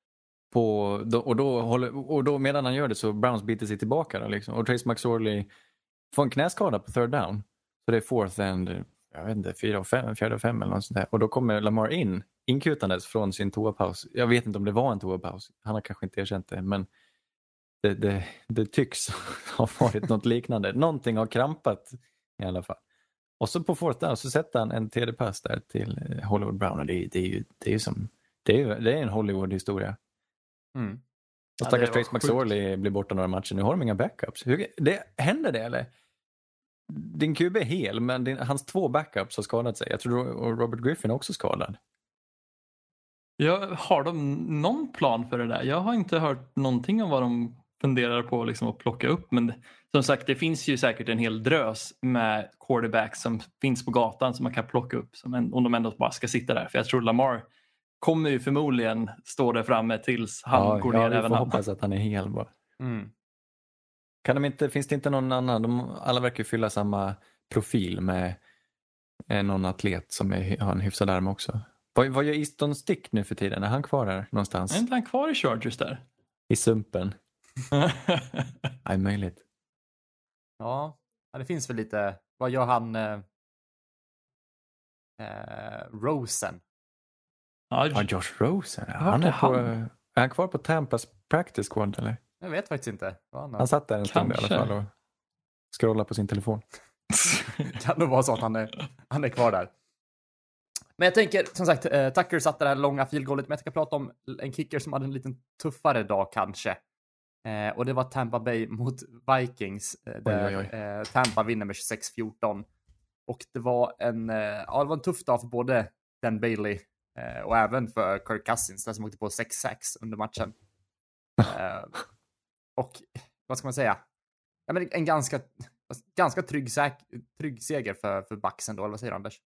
C: och då medan han gör det så Browns biter sig tillbaka då, liksom. Och Trace McSorley får en knäskada på third down. Så det är fourth and, jag vet inte, 4 och 5 eller något sånt där. Och då kommer Lamar inkutandes från sin toapaus. Jag vet inte om det var en toapaus. Han har kanske inte erkänt det, men det tycks ha varit något liknande. Någonting har krampat i alla fall. Och så på fourth down så sätter han en TD-pass där till Hollywood Brown. Och det är en Hollywood-historia.
B: Mm.
C: Och stackars Trace McSorley blir borta några matcher. Nu har de inga backups. Händer det eller? Din QB är hel, men hans 2 backups har skadat sig. Jag tror Robert Griffin är också skadad.
D: Har de någon plan för det där? Jag har inte hört någonting om vad de funderar på liksom att plocka upp. Men som sagt, det finns ju säkert en hel drös med quarterbacks som finns på gatan som man kan plocka upp. Om de ändå bara ska sitta där. För jag tror Lamar kommer ju förmodligen stå där framme tills han går ner även han.
C: Ja, vi får hoppas att han är hel bara.
B: Mm.
C: Finns det inte någon annan? Alla verkar fylla samma profil med någon atlet som har en hyfsad arm också. Vad gör Easton Stick nu för tiden? Är han kvar där någonstans?
D: Är inte han kvar i Chargers där?
C: I sumpen. Nej, möjligt.
B: Ja, det finns väl lite. Vad gör han? Rosen.
C: Ja, Josh Rosen. Är han kvar på Tampas practice squad eller?
B: Jag vet faktiskt inte.
C: Han satt där en stund i alla fall och scrollade på sin telefon.
B: Det kan nog vara så att han är kvar där. Men jag tänker, som sagt, Tucker satte det här långa field-goalet, men jag ska prata om en kicker som hade en liten tuffare dag kanske. Och det var Tampa Bay mot Vikings. Där Tampa vinner med 26-14. Och det var en tuff dag för både Dan Bailey och även för Kirk Cousins, där som åkte på 6-6 under matchen. Och vad ska man säga? Ja, men en ganska trygg seger för Bucks ändå, eller vad säger Anders?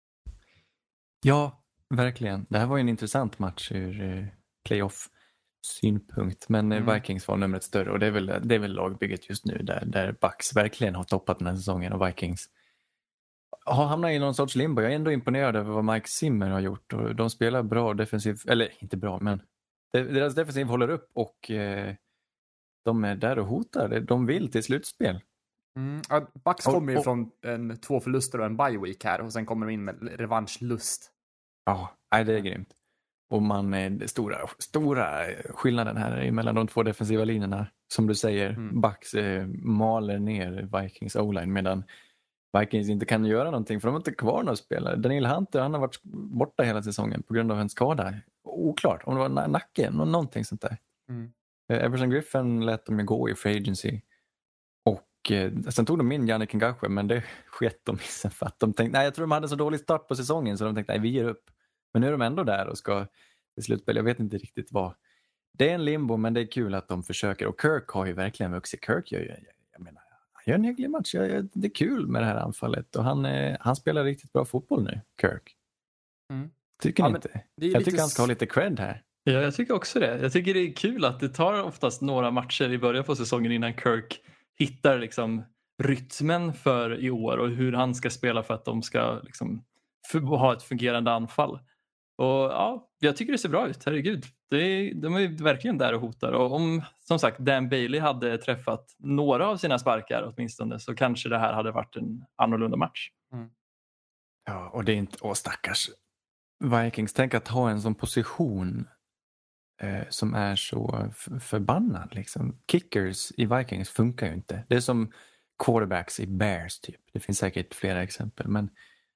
C: Ja, verkligen. Det här var ju en intressant match ur playoff-synpunkt. Men Vikings var numret större och det är väl lagbygget just nu där Bucks verkligen har toppat den här säsongen och Vikings har hamnat i någon sorts limbo. Jag är ändå imponerad över vad Mike Zimmer har gjort och de spelar bra defensiv, eller inte bra, men deras defensiv håller upp och de är där och hotar. De vill till slutspel.
B: Bucks kommer ju från 2 förluster och en bye week här och sen kommer de in med revanschlust.
C: Ja, det är grymt. Och stora skillnaden här mellan de 2 defensiva linjerna. Som du säger, Bucks maler ner Vikings O-line medan Vikings inte kan göra någonting för de har inte kvar några spelare. Daniel Hunter, han har varit borta hela säsongen på grund av en skada. Oklart, om det var nacken och någonting sånt där. Everson Griffin lät dem gå i free agency. Och sen tog de in Yannick Ngakoue, men det sket de i sen för att de tänkte, jag tror de hade så dålig start på säsongen så de tänkte, vi ger upp. Men nu är de ändå där och ska till slutspel. Jag vet inte riktigt vad. Det är en limbo, men det är kul att de försöker. Och Kirk har ju verkligen vuxit. Kirk gör han gör en hygglig match. Det är kul med det här anfallet. Och han spelar riktigt bra fotboll nu, Kirk. Tycker ni inte? Jag tycker han ska ha lite cred här.
D: Ja, jag tycker också det. Jag tycker det är kul att det tar oftast några matcher i början på säsongen innan Kirk hittar liksom rytmen för i år och hur han ska spela för att de ska liksom ha ett fungerande anfall. Och ja, jag tycker det ser bra ut, herregud. De är ju verkligen där och hotar. Och om, som sagt, Dan Bailey hade träffat några av sina sparkar åtminstone så kanske det här hade varit en annorlunda match.
C: Ja, och det är inte, stackars Vikings, tänk att ha en sån position som är så förbannad liksom. Kickers i Vikings funkar ju inte. Det är som quarterbacks i Bears typ. Det finns säkert flera exempel, men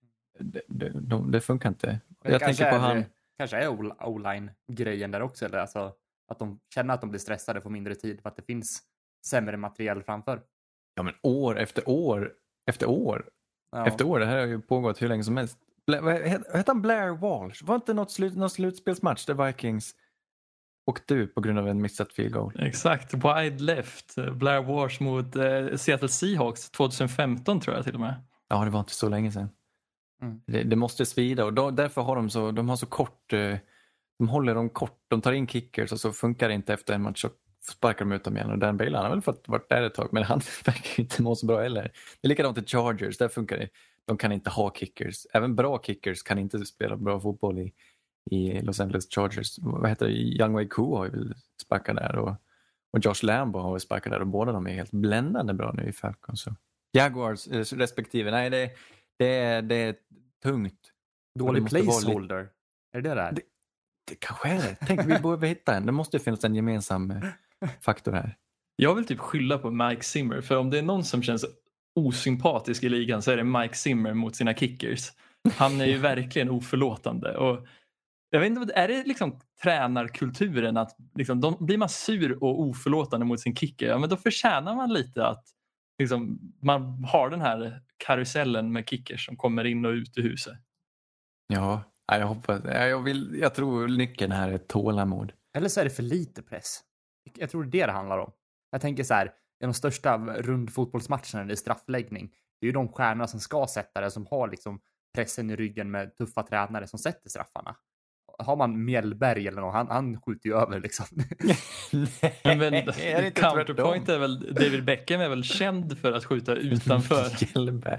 C: det funkar inte. Jag tänker på
B: kanske är O-line-grejen där också, eller alltså att de känner att de blir stressade för mindre tid för att det finns sämre material framför.
C: Ja, men år efter år efter år efter år. Det här har ju pågått hur länge som helst. Hette han Blair Walsh? Var inte någon slutspelsmatch där Vikings åkte ut på grund av en missat field goal?
D: Exakt, wide left. Blair Walsh mot Seattle Seahawks 2015 tror jag till och med.
C: Ja, det var inte så länge sedan. Det måste svida och därför har de har så kort de håller dem kort. De tar in kickers och så funkar det inte efter en match, så sparkar de ut dem igen. Och Dan Bailey, han har väl fått varit där ett tag, men han verkar inte må så bra heller. Det är likadant i Chargers, där funkar det. De kan inte ha kickers. Även bra kickers kan inte spela bra fotboll i Los Angeles Chargers. Vad heter det? Young Wei Koo har ju sparkat där och Josh Lambo har sparkat där och båda de är helt bländande bra nu i Falcons. Så. Jaguars respektive, nej det är tungt.
B: Dålig placeholder. Är det där?
C: Det kanske är det. Tänk, vi borde hitta en. Det måste finnas en gemensam faktor här.
D: Jag vill typ skylla på Mike Zimmer, för om det är någon som känns osympatisk i ligan så är det Mike Zimmer mot sina kickers. Han är ju verkligen oförlåtande. Och jag vet inte, är det liksom tränarkulturen att liksom, blir man sur och oförlåtande mot sin kicker, ja men då förtjänar man lite att liksom, man har den här karusellen med kickers som kommer in och ut ur huset.
C: Ja, jag hoppas. Jag tror nyckeln här är tålamod.
B: Eller så är det för lite press. Jag tror det handlar om. Jag tänker så här, de största rundfotbollsmatcherna i straffläggning, det är ju de stjärnorna som ska sätta det, som har liksom pressen i ryggen med tuffa tränare som sätter straffarna. Har man Mjällberg eller något, han skjuter ju över liksom.
D: Men counterpoint är väl, David Beckham är väl känd för att skjuta utanför.
C: Mjällberg.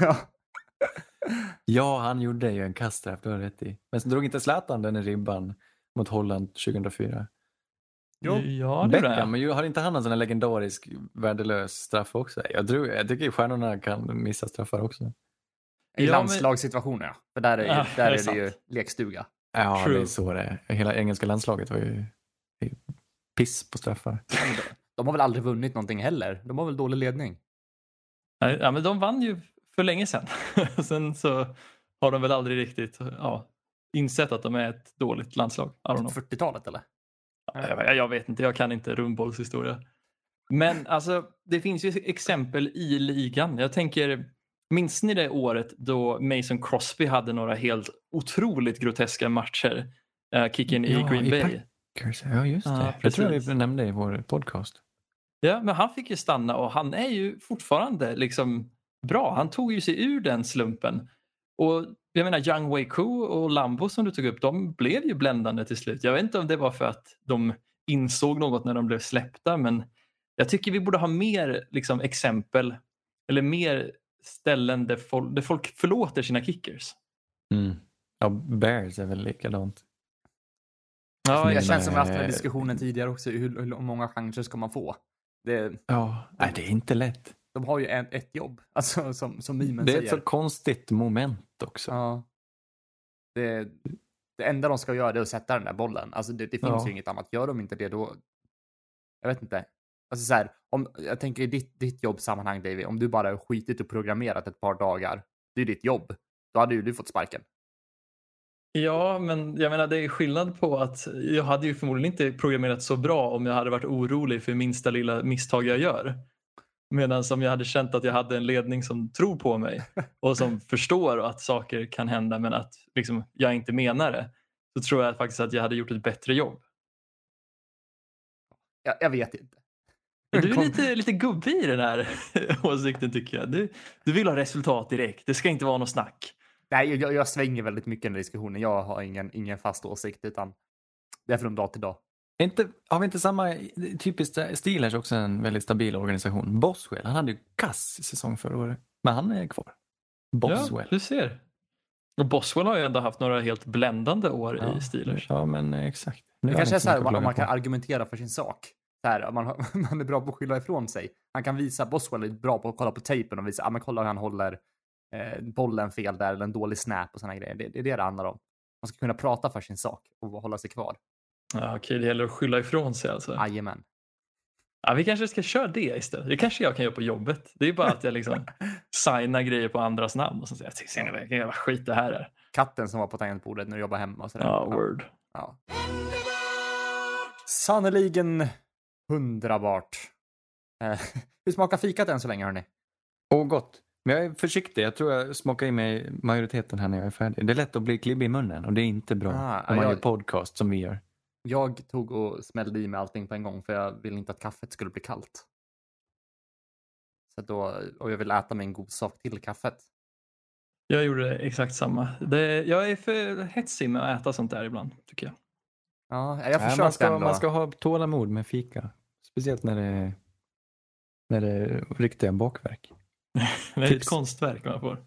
C: Ja, han gjorde ju en kaststraff, du har rätt i. Men så drog inte Zlatan den i ribban mot Holland 2004.
D: Jo, ja, det
C: Beckham, men har inte han en sån här legendarisk värdelös straff också? Jag tycker stjärnorna kan missa straffar också.
B: I landslagssituationer, ja. För där är det ju lekstuga.
C: Ja, det är så det är. Hela engelska landslaget var ju piss på straffar.
B: De har väl aldrig vunnit någonting heller. De har väl dålig ledning.
D: Ja, men de vann ju för länge sedan. Sen så har de väl aldrig riktigt insett att de är ett dåligt landslag.
B: 40-talet eller?
D: Jag vet inte, jag kan inte rundbollshistoria. Men alltså, det finns ju exempel i ligan. Jag tänker, minns ni det året då Mason Crosby hade några helt otroligt groteska matcher? Kicken i Green Bay.
C: Ja, just det. Jag tror vi nämnde i vår podcast.
D: Ja, men han fick ju stanna och han är ju fortfarande liksom bra. Han tog ju sig ur den slumpen. Och jag menar, Young Wei Koo och Lambo som du tog upp, de blev ju bländande till slut. Jag vet inte om det var för att de insåg något när de blev släppta, men jag tycker vi borde ha mer liksom, exempel eller mer ställen där folk förlåter sina kickers.
C: Mm. Ja, Bears är väl likadant.
B: Ja, jag känns som att vi haft den här diskussionen tidigare också. Hur många chanser ska man få?
C: Det är inte lätt.
B: De har ju ett jobb, alltså som mimen säger.
C: Det är ett så konstigt moment också.
B: Ja. Det enda de ska göra är att sätta den där bollen. Alltså det finns ju inget annat. Gör de inte det då... Jag vet inte. Alltså så här, jag tänker i ditt jobbsammanhang, David, om du bara har skitit och programmerat ett par dagar, det är ditt jobb. Då hade ju du fått sparken.
D: Ja, men jag menar det är skillnad på att jag hade ju förmodligen inte programmerat så bra om jag hade varit orolig för minsta lilla misstag jag gör. Medan som jag hade känt att jag hade en ledning som tror på mig och som förstår att saker kan hända men att liksom, jag inte menar det, så tror jag faktiskt att jag hade gjort ett bättre jobb.
B: Jag vet inte.
D: Du är lite gubbig i den här åsikten tycker jag. Du vill ha resultat direkt. Det ska inte vara något snack.
B: Nej, jag svänger väldigt mycket i den diskussionen. Jag har ingen fast åsikt utan det är från dag till dag.
C: Har vi inte samma typiskt Steelers också en väldigt stabil organisation? Boswell, han hade ju kass säsong förra året. Men han är kvar. Boswell.
D: Ja, du ser. Och Boswell har ju ändå haft några helt bländande år i Steelers.
C: Ja, men exakt.
B: Det kanske är så här om man kan argumentera för sin sak. Så här, man är bra på att skylla ifrån sig. Han kan visa, Boswell är bra på att kolla på tejpen och visa, men kolla hur han håller bollen fel där eller en dålig snap och såna grejer. Det är det handlar om. Man ska kunna prata för sin sak och hålla sig kvar.
D: Ja, okej, det gäller att skylla ifrån sig alltså.
B: Jajamän.
D: Ja, vi kanske ska köra det istället. Det kanske jag kan göra på jobbet. Det är bara att jag liksom signar grejer på andras namn och så säger jag, ser ni vilken jävla skit det här är.
B: Katten som var på tangentbordet när du jobbar hemma och sådär.
D: Ja, word.
B: Ja. Sannoliken underbart. Hur smakar fikat än så länge, hörni?
C: Gott. Men jag är försiktig. Jag tror jag smakar i mig majoriteten här när jag är färdig. Det är lätt att bli klibbig i munnen och det är inte bra om man gör podcast som vi gör. Jag
B: tog och smällde i med allting på en gång för jag ville inte att kaffet skulle bli kallt. Och jag vill äta mig en god sak till kaffet.
D: Jag gjorde exakt samma. Jag är för hetsig med att äta sånt där ibland, tycker jag.
B: Ja, jag försökte ändå.
C: Man ska ha tålamod med fika. Speciellt när det är riktiga bakverk.
D: Det är ett konstverk man får.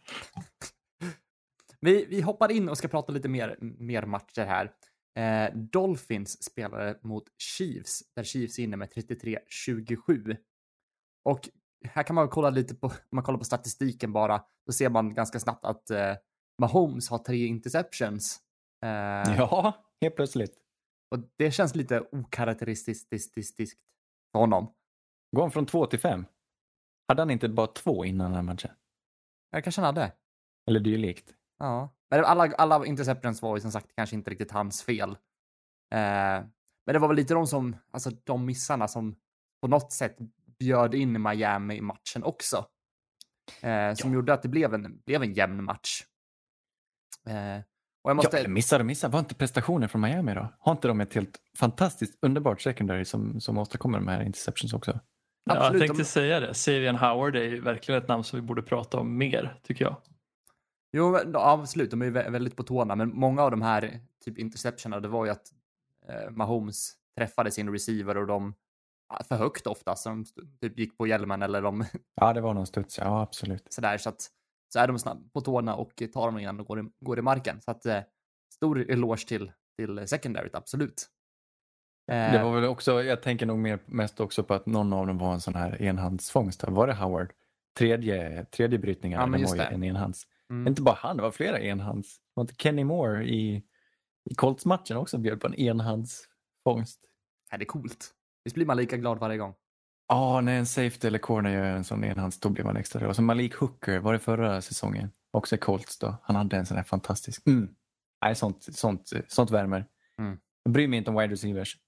B: Vi hoppar in och ska prata lite mer matcher här. Dolphins spelade mot Chiefs, där Chiefs är inne med 33-27. Och här kan man kolla lite på, om man kollar på statistiken bara, då ser man ganska snabbt att Mahomes har 3 interceptions.
C: Ja, helt plötsligt.
B: Och det känns lite okaraktäristiskt för honom.
C: Går han från 2 till 5? Hade han inte bara 2 innan den här matchen?
B: Ja, kanske han hade.
C: Eller dylikt.
B: Ja. Men alla interceptions var ju som sagt kanske inte riktigt hans fel. Men det var väl lite de missarna som på något sätt bjöd in Miami i matchen också. Som gjorde att det blev en jämn match. Och jag måste...
C: Ja, missar. Var inte prestationen från Miami då? Har inte de ett helt fantastiskt underbart secondary som åstadkommer de här interceptions också?
D: Ja, jag tänkte säga det. Xavier Howard är ju verkligen ett namn som vi borde prata om mer, tycker jag.
B: Jo, absolut. De är ju väldigt på tårna. Men många av de här typ interceptionerna, det var ju att Mahomes träffade sin receiver och de för högt ofta. Så de typ gick på hjälmen eller de...
C: Ja, det var någon studs. Ja, absolut.
B: Så är de snabbt på tårna och tar dem innan de går i marken. Så att stor eloge till secondary, absolut.
C: Det var väl också, jag tänker nog mest också på att någon av dem var en sån här enhandsfångst. Var det Howard? Tredje brytningen,
B: ja, men
C: det var ju en enhands. Inte bara han, det var flera enhands. Var inte Kenny Moore i Colts-matchen också bjöd på en enhandsfångst?
B: Ja, det är coolt. Visst blir man lika glad varje gång.
C: Ja, när en safety eller corner gör en sån enhands, då blir man extra glad. Och så Malik Hooker var det förra säsongen. Också i Colts då. Han hade en sån här fantastisk... Nej, sånt värmer. Jag bryr mig inte om wide receivers.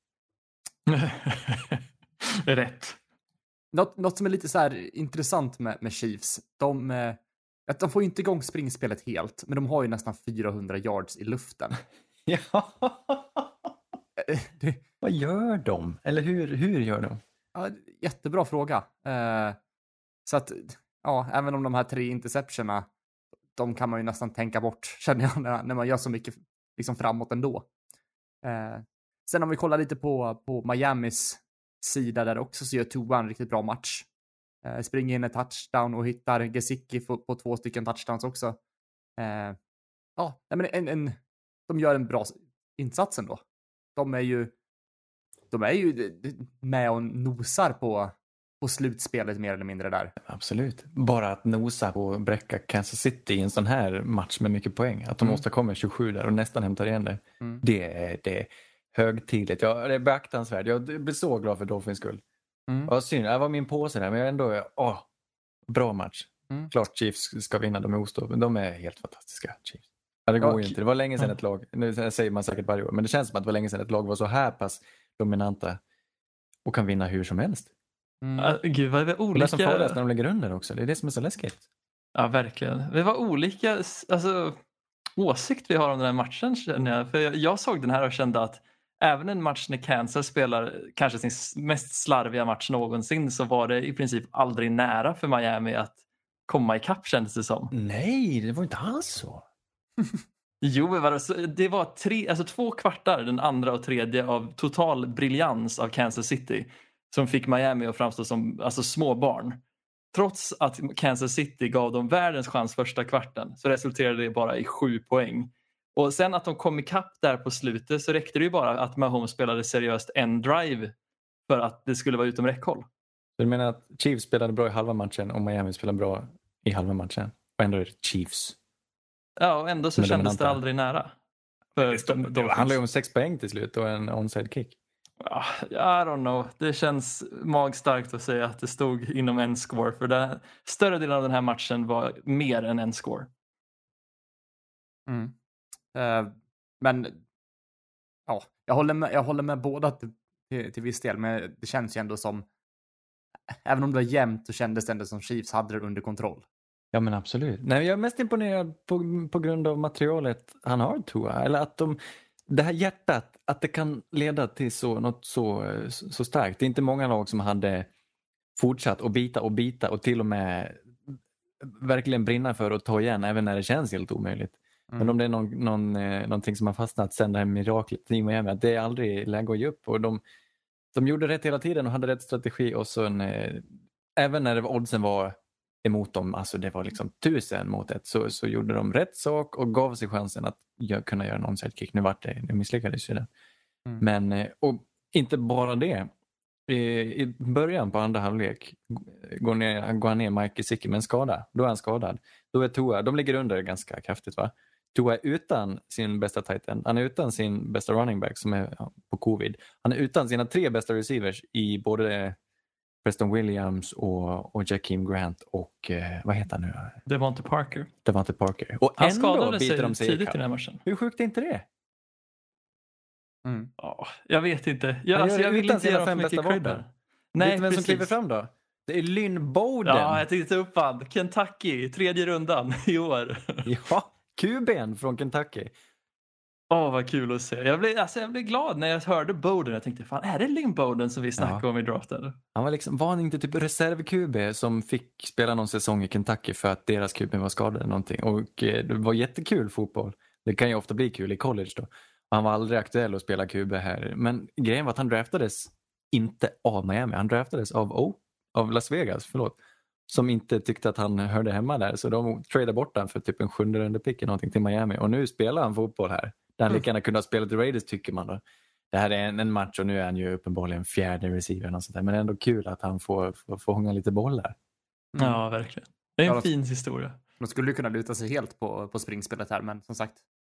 D: Rätt.
B: Något som är lite så här intressant med Chiefs. Att de får inte igång springspelet helt, men de har ju nästan 400 yards i luften.
C: Ja. Vad gör de? Eller hur gör de?
B: Ja, jättebra fråga. Så att, ja, även om de här 3 interceptionerna, de kan man ju nästan tänka bort, känner jag, när man gör så mycket liksom framåt ändå. Sen om vi kollar lite på Miamis sida där också, så gör Tua en riktigt bra match. Springer in en touchdown och hittar Gesicki på 2 stycken touchdowns också. Ja, men de gör en bra insats ändå. De är ju med och nosar på slutspelet mer eller mindre där.
C: Absolut. Bara att nosa på och bräcka Kansas City i en sån här match med mycket poäng. Att de åstadkommer 27 där och nästan hämtar igen det. Det är högtidligt. Ja, det är beaktansvärt. Jag blir så glad för Dolphins skull. Ja, synd. Det var min påse där, men jag ändå... bra match. Klart Chiefs ska vinna, de är ostående. Men de är helt fantastiska, Chiefs. Ja, det går ju inte. Det var länge sedan ett lag... Nu säger man säkert varje år, men det känns som att det var länge sedan ett lag var så här pass dominanta och kan vinna hur som helst.
D: Gud, vad är det olika...
C: Och det som farligast när de lägger under också. Det är det som är så läskigt.
D: Ja, verkligen. Det var olika åsikt vi har om den här matchen, känner jag. För jag såg den här och kände att även en match när Kansas spelar kanske sin mest slarviga match någonsin, så var det i princip aldrig nära för Miami att komma ikapp, kändes det som.
C: Nej, det var inte alls så.
D: Jo, det var 2 kvartar, den andra och tredje, av total briljans av Kansas City som fick Miami att framstå som små barn. Trots att Kansas City gav dem världens chans första kvarten, så resulterade det bara i 7 poäng. Och sen att de kom ikapp där på slutet, så räckte det ju bara att Mahomes spelade seriöst en drive för att det skulle vara utom räckhåll.
C: Så du menar att Chiefs spelade bra i halva matchen och Miami spelade bra i halva matchen? Och ändå är det Chiefs.
D: Ja, och ändå så kändes det aldrig nära.
C: Det handlar ju om 6 poäng till slut och en onside kick.
D: I don't know. Det känns magstarkt att säga att det stod inom en score. För större delen av den här matchen var mer än en score.
B: Men ja, jag håller med båda till viss del. Men det känns ju ändå som, även om det var jämnt, så kändes det ändå som Chiefs hade det under kontroll.
C: Ja, men absolut. Nej, jag är mest imponerad på grund av materialet han har, tror jag. Eller att det här hjärtat, att det kan leda till något så starkt. Det är inte många lag som hade fortsatt att bita och till och med verkligen brinna för att ta igen även när det känns helt omöjligt. Men om det är någonting som har fastnat sen det här miraklet i Miami, att det är aldrig läge att ge upp. Och de gjorde rätt hela tiden och hade rätt strategi. Och så även när oddsen var emot dem, alltså det var liksom 1000 mot 1, så gjorde de rätt sak och gav sig chansen att kunna göra en onside kick. Nu misslyckades ju det. Men, och inte bara det. I början på andra halvlek går han ner Mike Gesicki med en skada. Då är han skadad. Då är Tua, de ligger under ganska kraftigt, va? Tua är utan sin bästa tight end. Han är utan sin bästa running back som är på covid. Han är utan sina 3 bästa receivers i både Preston Williams och Jakeem Grant och vad heter han nu?
D: Devonte Parker.
C: Och
D: han
C: ändå
D: skadade
C: biter de
D: sig tidigt i den här matchen.
C: Hur sjukt är inte det?
D: Ja, jag vet inte.
C: Jag
D: vill inte göra för
C: 5
D: mycket
C: bästa
D: cred
C: vapen.
D: där.
C: Nej, vet du vem som kliver fram då? Det är Lynn Bowden.
D: Ja, jag tänkte ta upp han. Kentucky, 3:e rundan i år.
C: Ja, QB:n från Kentucky.
D: Vad kul att se. Jag blev glad när jag hörde Bowden. Jag tänkte, fan, är det Lynn Bowden som vi snackade om i draften?
C: Han var han inte typ reserv-QB som fick spela någon säsong i Kentucky för att deras QB var skadad eller någonting. Och det var jättekul fotboll. Det kan ju ofta bli kul i college då. Han var aldrig aktuell att spela QB här. Men grejen var att han draftades inte av Miami. Han draftades av Las Vegas, som inte tyckte att han hörde hemma där. Så de tradade bort han för typ en 7:e runda pick eller någonting till Miami. Och nu spelar han fotboll här. Där han lika gärna kunde ha spelat i Raiders, tycker man då. Det här är en match och nu är han ju uppenbarligen 4:e receiver och sånt där. Men det är ändå kul att han får hånga lite bollar.
D: Ja, verkligen. Det är en fin historia.
B: De skulle ju kunna luta sig helt på springspelet här, men som sagt,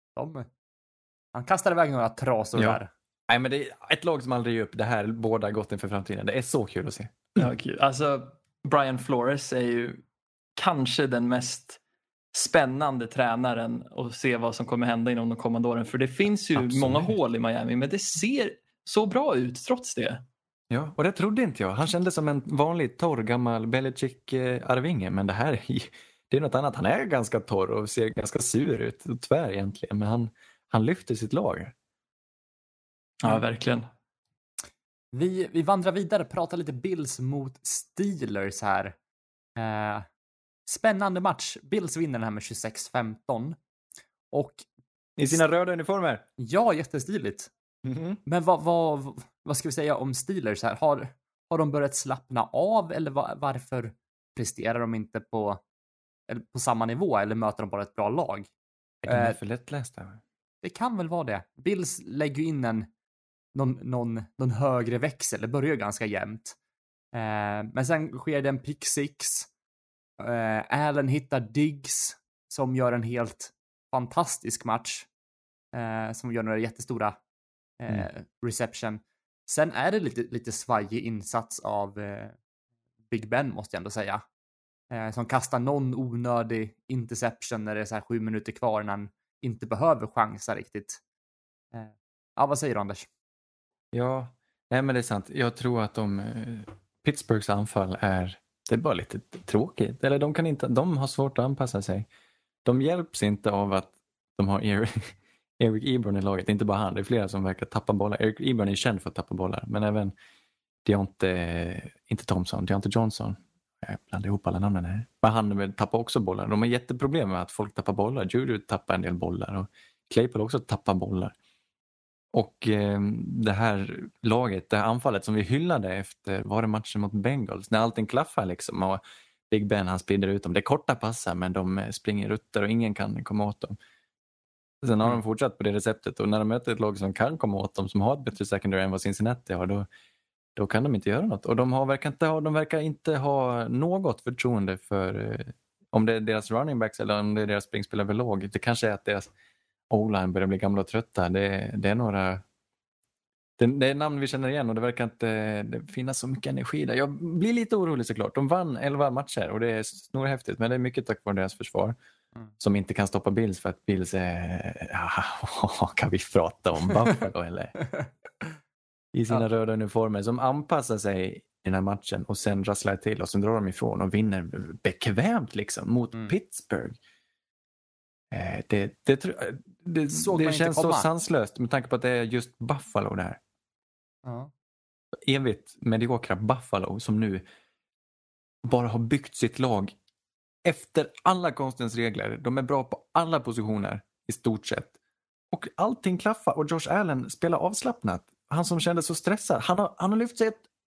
B: han kastar iväg några trasor där.
C: Nej, men det är ett lag som aldrig ger upp. Det här båda gott inför framtiden. Det är så kul att se.
D: Ja, kul. Alltså, Brian Flores är ju kanske den mest spännande tränaren och se vad som kommer hända inom de kommande åren. För det finns ju många hål i Miami, men det ser så bra ut trots det.
C: Ja, och det trodde inte jag. Han kändes som en vanlig torr gammal Belichick-arvinge, men det här det är något annat. Han är ganska torr och ser ganska sur ut och tvär egentligen, men han lyfter sitt lag.
D: Ja, verkligen.
B: Vi vandrar vidare, pratar lite Bills mot Steelers här. Spännande match. Bills vinner den här med 26-15. Och
C: i sina röda uniformer.
B: Ja, jättestiligt. Mm-hmm. Men vad ska vi säga om Steelers här? Har de börjat slappna av eller varför presterar de inte på samma nivå eller möter de bara ett bra lag?
C: Det kan vara för lättlästa.
B: Det kan väl vara det. Bills lägger in någon högre växel. Det börjar ganska jämnt. Men sen sker det en pick six. Allen hittar Diggs som gör en helt fantastisk match. Som gör några jättestora reception. Sen är det lite svajig insats av Big Ben, måste jag ändå säga. Som kastar någon onödig interception när det är så här 7 minuter kvar när han inte behöver chansa riktigt. Ja, vad säger du, Anders?
C: Ja, nej, men det är sant. Jag tror att Pittsburghs anfall det är bara lite tråkigt. Eller de har svårt att anpassa sig. De hjälps inte av att de har Eric Ebron i laget. Inte bara han, det är flera som verkar tappa bollar. Eric Ebron är känd för att tappa bollar. Men även Deontay Johnson. Jag blandar ihop alla namnen här. Men han tappar också bollar. De har jätteproblem med att folk tappar bollar. Judy tappar en del bollar. Och Claypool också tappar bollar. Och det här laget, det här anfallet som vi hyllade efter var det matchen mot Bengals. När allting klaffar liksom. Och Big Ben, han sprider ut dem. Det är korta passar, men de springer rutter och ingen kan komma åt dem. Sen har de fortsatt på det receptet. Och när de möter ett lag som kan komma åt dem, som har ett bättre secondary än vad Cincinnati har, då kan de inte göra något. Och de verkar inte ha något förtroende för om det är deras running backs eller om det är deras springspel överlag. Det kanske är att deras O-line börjar bli gamla och trötta. Det är några... Det är namn vi känner igen och det verkar inte finnas så mycket energi där. Jag blir lite orolig såklart. De vann 11 matcher och det är snorhäftigt, men det är mycket tack vare deras försvar som inte kan stoppa Bills för att Bills är... kan vi prata om Buffalo eller? I sina röda uniformer som anpassar sig i den här matchen och sen rasslar till och sen drar de ifrån och vinner bekvämt liksom mot Pittsburgh. Det känns så sanslöst med tanke på att det är just Buffalo där.
B: Ja.
C: Evigt mediokra Buffalo som nu bara har byggt sitt lag efter alla konstens regler. De är bra på alla positioner. i stort sett. Och allting klaffar och Josh Allen spelar avslappnat. Han som kände så stressad. Han har lyft sig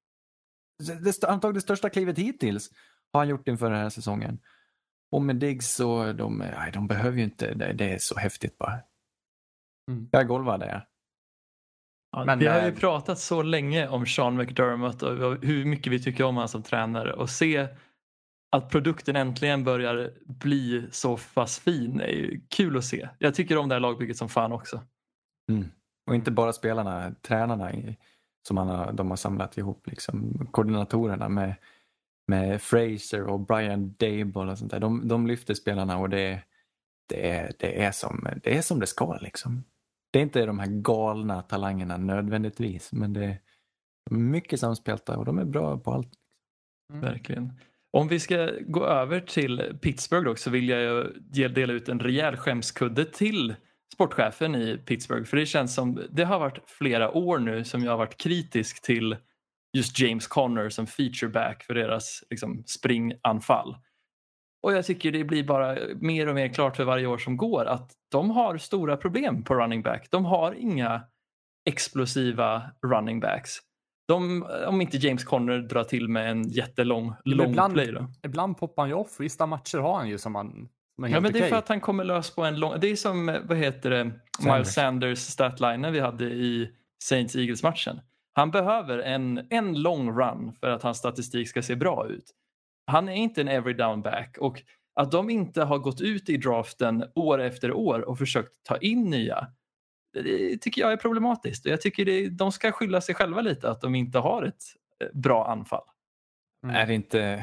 C: han tagit det största klivet hittills har han gjort inför den här säsongen. Och med Diggs så de behöver ju inte, det är så häftigt bara. Jag är golvad där.
D: Ja, men vi har ju pratat så länge om Sean McDermott och hur mycket vi tycker om honom som tränare, och se att produkten äntligen börjar bli så pass fin är ju kul att se. Jag tycker om det här lagbygget som fan också.
C: Och inte bara spelarna, tränarna som de har samlat ihop, liksom koordinatorerna med Fraser och Brian Daboll och sånt där. De lyfter spelarna och det är som det ska liksom. Det är inte de här galna talangerna nödvändigtvis, men de är mycket samspelta och de är bra på allt.
D: Verkligen. Om vi ska gå över till Pittsburgh då, så vill jag dela ut en rejäl skämskudde till sportchefen i Pittsburgh. För det känns som det har varit flera år nu som jag har varit kritisk till just James Conner som featureback för deras liksom, springanfall. Och jag tycker det blir bara mer och mer klart för varje år som går att de har stora problem på running back. De har inga explosiva running backs. Om inte James Conner drar till med en jättelång play då.
B: Ibland poppar han ju off. Vissa matcher har han ju som han är helt
D: men det är
B: okej.
D: för att han kommer lös på en lång... Det är som, Miles Sanders statline vi hade i Saints Eagles-matchen. Han behöver en lång run för att hans statistik ska se bra ut. Han är inte en every down back, och att de inte har gått ut i draften år efter år och försökt ta in nya, det tycker jag är problematiskt. Och jag tycker de ska skylla sig själva lite att de inte har ett bra anfall.
C: Är det inte...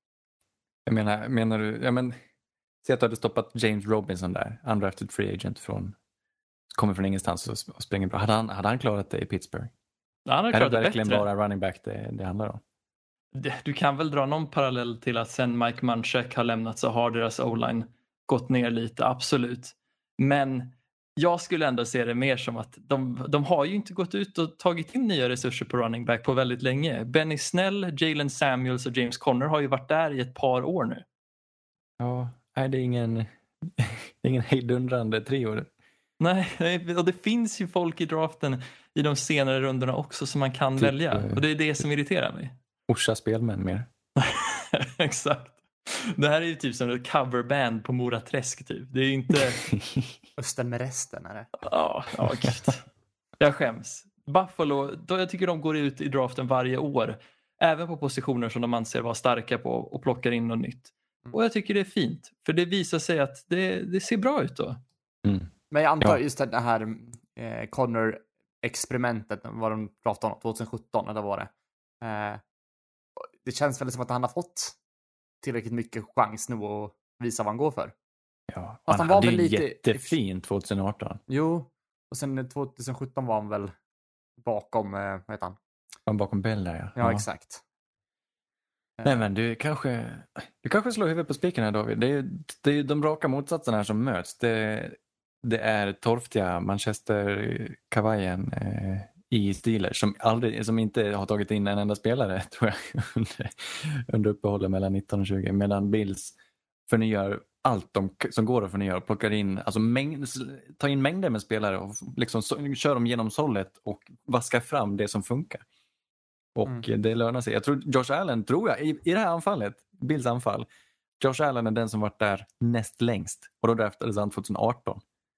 C: Menar du... Se att du hade stoppat James Robinson där, undrafted free agent kommer från ingenstans och springer bra. Hade han klarat det i Pittsburgh?
D: Ja, han har klarat
C: det verkligen
D: bättre.
C: Bara running back det handlar om?
D: Du kan väl dra någon parallell till att sen Mike Munchak har lämnat så har deras O-line gått ner lite, absolut. Men jag skulle ändå se det mer som att de har ju inte gått ut och tagit in nya resurser på running back på väldigt länge. Benny Snell, Jalen Samuels och James Conner har ju varit där i ett par år nu.
C: Ja, det är ingen hejdundrande trio.
D: Nej, och det finns ju folk i draften i de senare rundorna också som man kan välja. Och det är det som irriterar mig.
C: Orsa spelmän mer.
D: Exakt. Det här är ju typ som ett coverband på Mora Träsk typ. Det är ju inte...
B: Östen med resten är det.
D: Ja, gud. Jag skäms. Buffalo, jag tycker de går ut i draften varje år. Även på positioner som de anser vara starka på och plockar in något nytt. Och jag tycker det är fint. För det visar sig att det ser bra ut då.
B: Men jag antar just det här Connor-experimentet, vad de pratade om 2017, eller var det? Det känns väl som att han har fått tillräckligt mycket chans nu att visa vad han går för.
C: Ja, han var väl lite jättefint 2018.
B: Jo, och sen 2017 var han väl bakom, vad heter han?
C: Han bakom Bell där,
B: ja. Ja, exakt.
C: Nej, men du kanske slår huvudet på spiken här, David. Det är de raka motsatserna här som möts. Det är torftiga Manchester-kavajen i Steelers som inte har tagit in en enda spelare, tror jag, under uppehållet mellan 19 och 20. Medan Bills förnyar allt som går att förnya och plockar in, alltså tar in mängder med spelare och liksom kör dem genom sållet och vaskar fram det som funkar. Och det lönar sig. Jag tror Josh Allen, i det här anfallet, Bills anfall, Josh Allen är den som varit där näst längst. Och då draftades han 2018.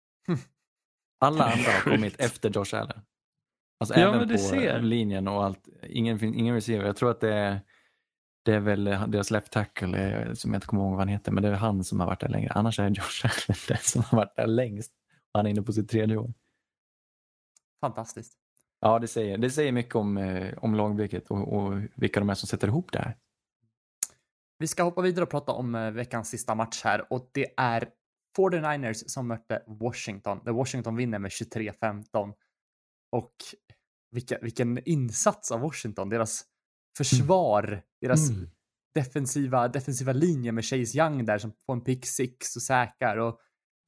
C: Alla andra har kommit efter Josh Allen. Alltså även på linjen och allt. Ingen receiver. Jag tror att det är väl deras left tackle som jag inte kommer ihåg vad han heter. Men det är han som har varit där längre. Annars är det Josh Allen den som har varit där längst. Och han är inne på sitt 3:e år.
B: Fantastiskt.
C: Ja, det säger mycket om lagbygget och vilka de är som sätter ihop det här.
B: Vi ska hoppa vidare och prata om veckans sista match här. Och det är 49ers som mötte Washington. Där Washington vinner med 23-15. Och vilken insats av Washington. Deras försvar, deras defensiva linje med Chase Young där som får en pick six och säkrar. Och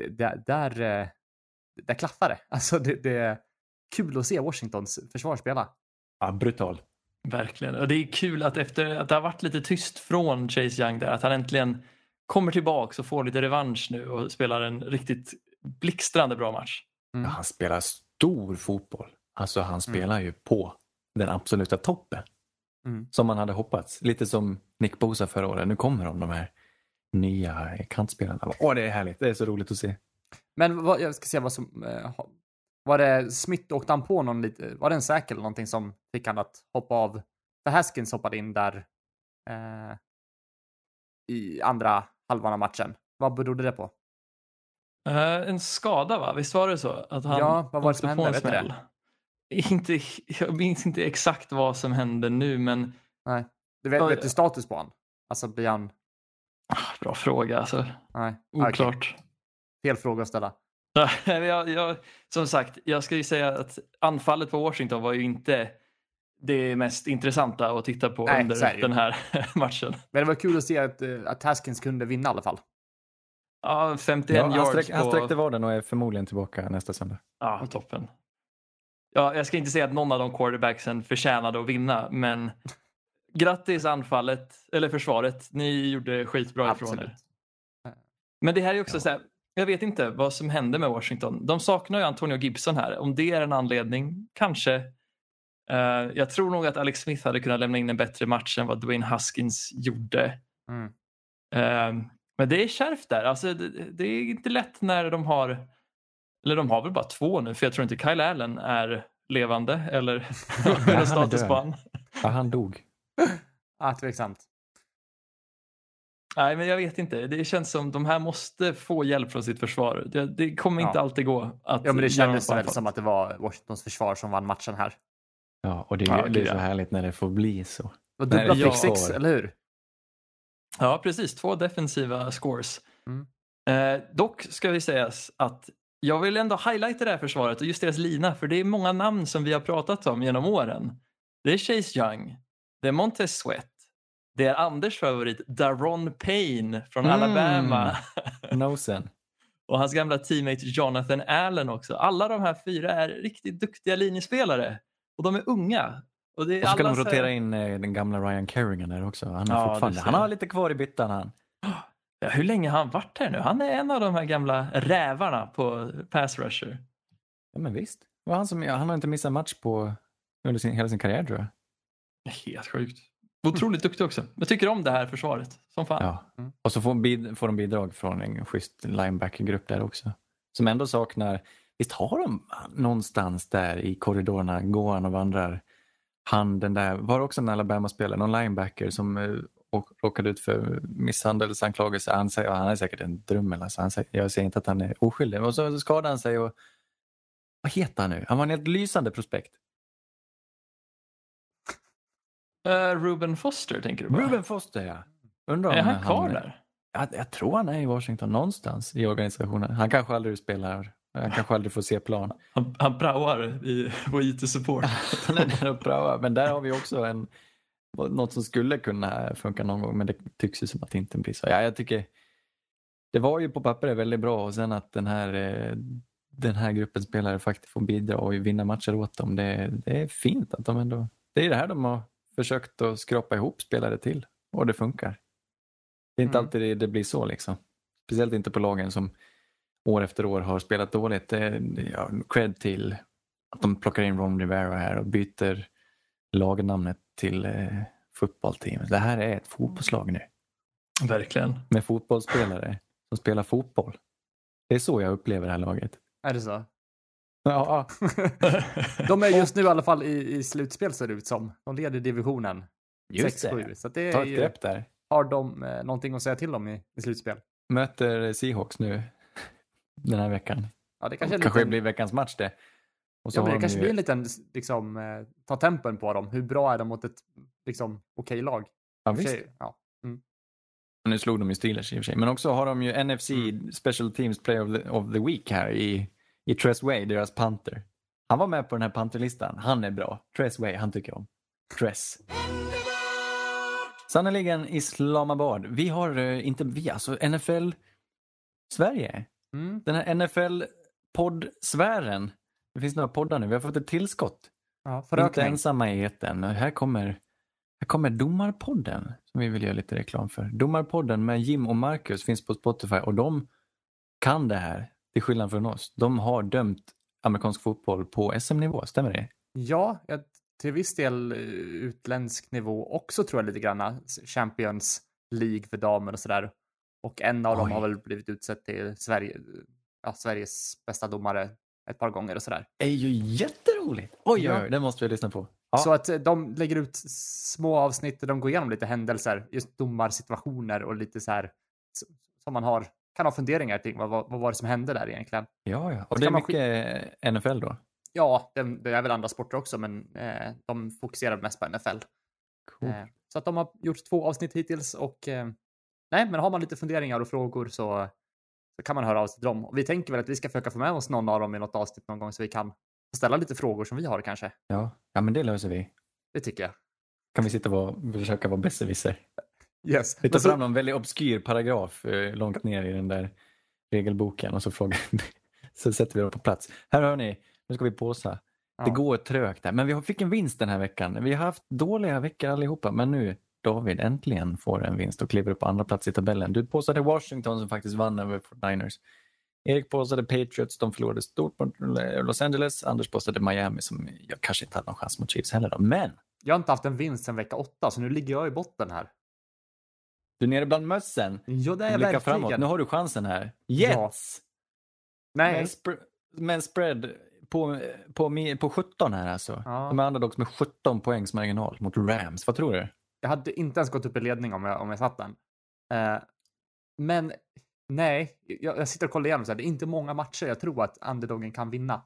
B: där klaffar det. Alltså det är kul att se Washingtons försvar spela.
C: Ja, brutal.
D: Verkligen. Och det är kul att efter att det har varit lite tyst från Chase Young där, att han äntligen kommer tillbaka och får lite revansch nu och spelar en riktigt blixtrande bra match.
C: Ja, han spelar stor fotboll. Alltså han spelar ju på den absoluta toppen. Som man hade hoppats. Lite som Nick Bosa förra året. Nu kommer de här nya kantspelarna. Det är härligt. Det är så roligt att se.
B: Men jag ska se vad som... var det Smith åkte han på någon lite... Var det en säker eller någonting som fick han att hoppa av? För Haskins hoppade in där i andra halvan av matchen. Vad berodde det på?
D: En skada, va? Visst var det så? Att han
B: vad var det som hände? Vet du det?
D: Jag minns inte exakt vad som hände nu, men...
B: Nej. Du vet du status på han? Alltså blir han...
D: Bra fråga, alltså.
B: Nej.
D: Oklart.
B: Okay. Fel fråga att ställa.
D: Som sagt, jag ska ju säga att anfallet på Washington var ju inte det mest intressanta att titta på under den här matchen.
B: Men det var kul att se att Haskins kunde vinna i alla fall.
D: Ja, 51 yards
C: Han sträckte vaden och är förmodligen tillbaka nästa söndag.
D: Ja, toppen. Ja, jag ska inte säga att någon av de quarterbacksen förtjänade att vinna, men grattis anfallet, eller försvaret. Ni gjorde skitbra ifrån er. Men det här är också så här, jag vet inte vad som hände med Washington. De saknar ju Antonio Gibson här. Om det är en anledning, kanske. Jag tror nog att Alex Smith hade kunnat lämna in en bättre match än vad Dwayne Haskins gjorde. Men det är kärvt där. Alltså, det är inte lätt när de har... Eller de har väl bara 2 nu. För jag tror inte Kyle Allen är levande. Eller status på han.
C: Ja, han dog.
B: Tveksamt.
D: Nej, men jag vet inte. Det känns som de här måste få hjälp från sitt försvar. Det kommer inte alltid gå att...
B: Ja, men det kändes väl som att det var Washingtons försvar som vann matchen här.
C: Ja, och det är så härligt när det får bli så.
B: Och dubbla pick 6, eller hur?
D: Ja, precis. 2 defensiva scores. Dock ska vi säga att jag vill ändå highlighta det här försvaret och just deras lina, för det är många namn som vi har pratat om genom åren. Det är Chase Young, det är Montez Sweat, det är Anders favorit Daron Payne från Alabama.
C: Nosen.
D: Och hans gamla teammate Jonathan Allen också. Alla de här 4 är riktigt duktiga linjespelare. Och de är unga. Och
C: så kan de rotera in den gamla Ryan Kerrigan där också. Han har lite kvar i byttan han.
D: Ja, hur länge har han varit här nu? Han är en av de här gamla rävarna på pass rusher.
C: Ja, men visst. Han har inte missat match på under hela sin karriär, tror jag.
D: Helt sjukt. Otroligt duktig också. Jag tycker om det här försvaret. Som fan.
C: Ja. Och så får de bidrag från en schysst linebacker-grupp där också. Som ändå saknar... Visst har de någonstans där i korridorerna, går han och vandrar. Den där, var också en Alabama-spelare, någon linebacker som råkade ut för misshandelsanklagelse. Han är säkert en drummel. Alltså jag säger inte att han är oskyldig. Och så skadade han sig och... Vad heter han nu? Han var en helt lysande prospekt.
D: Ruben Foster, tänker du på?
C: Ruben Foster, ja. Undrar
D: är han kvar där?
C: Jag tror han är i Washington någonstans i organisationen. Han kanske aldrig spelar. Han kanske aldrig får se plan.
D: Han praoar på IT-support.
C: Men där har vi också något som skulle kunna funka någon gång. Men det tycks ju som att det inte blir så. Ja, jag tycker det var ju på pappret väldigt bra. Och sen att den här gruppen spelare faktiskt får bidra och vinna matcher åt dem. Det är fint att de ändå... Det är det här de har försökt att skrapa ihop spelare till. Och det funkar. Det är inte alltid det blir så liksom. Speciellt inte på lagen som år efter år har spelat dåligt. Cred till att de plockar in Ron Rivera här och byter lagnamnet till fotbollsteam. Det här är ett fotbollslag nu.
D: Verkligen.
C: Med fotbollsspelare som spelar fotboll. Det är så jag upplever det här laget.
B: Är det så?
C: Ja.
B: De är just nu i alla fall i slutspel, ser det ut som. De leder divisionen.
C: Just
B: 6-7. Så det
C: ta ett grepp där.
B: Har de någonting att säga till om i slutspel?
C: Möter Seahawks nu den här veckan.
B: Ja, det
C: kanske blir veckans match det. Och så
B: men det kanske blir en liten liksom, ta tempen på dem. Hur bra är de mot ett liksom, okej lag?
C: Ja, visst.
B: Ja.
C: Nu slog de ju Steelers i och för sig. Men också har de ju NFC Special Teams Player of the Week här i Tress Way, deras punter. Han var med på den här punterlistan. Han är bra. Tress Way, han tycker om. Tress. Sannoliken Islamabad. Vi har alltså NFL Sverige. Den här NFL-poddsfären. Det finns några poddar nu. Vi har fått ett tillskott.
B: Ja,
C: inte ensamma i eten. Här kommer Domarpodden som vi vill göra lite reklam för. Domarpodden med Jim och Marcus finns på Spotify och de kan det här. till skillnad från oss. De har dömt amerikansk fotboll på SM-nivå, stämmer det?
B: Ja, till viss del utländsk nivå också tror jag lite grann. Champions League för damer och sådär. Och en av dem har väl blivit utsett till Sveriges bästa domare ett par gånger och sådär.
C: Det är ju jätteroligt! Oj, det måste vi lyssna på. Ja.
B: Så att de lägger ut små avsnitt och de går igenom lite händelser, just domarsituationer och lite så här som man kan ha funderingar kring vad var det som hände där egentligen.
C: Ja. Och det är mycket NFL då?
B: Ja, det är väl andra sporter också, men de fokuserar mest på NFL.
C: Cool.
B: Så att de har gjort 2 avsnitt hittills och men har man lite funderingar och frågor så kan man höra av sig till dem. Och vi tänker väl att vi ska försöka få med oss någon av dem i något avsnitt någon gång så vi kan ställa lite frågor som vi har kanske.
C: Ja, men det löser vi.
B: Det tycker jag.
C: Kan vi sitta och försöka vara besserwisser?
B: Yes.
C: Vi tar fram någon väldigt obskyr paragraf långt ner i den där regelboken och så så sätter vi dem på plats. Här hör ni, nu ska vi påsa. Ja. Det går trögt där, men vi fick en vinst den här veckan. Vi har haft dåliga veckor allihopa, men nu David äntligen får en vinst och kliver upp på andra plats i tabellen. Du påsade Washington som faktiskt vann över 49ers. Erik påsade Patriots, de förlorade stort mot Los Angeles. Anders påsade Miami som jag kanske inte hade någon chans mot Chiefs heller då. Men
B: jag har inte haft en vinst sedan vecka 8 så nu ligger jag i botten här.
C: Du är nere bland mössen.
B: Ja, det är jag verkligen.
C: Framåt. Nu har du chansen här. Jets!
B: Ja. Nej.
C: Men spread på 17 här alltså. Ja. De är underdogs med 17 poängs marginal mot Rams. Vad tror du?
B: Jag hade inte ens gått upp i ledning om jag satt den. Men nej, jag sitter och kollar igenom så här. Det är inte många matcher jag tror att underdogen kan vinna.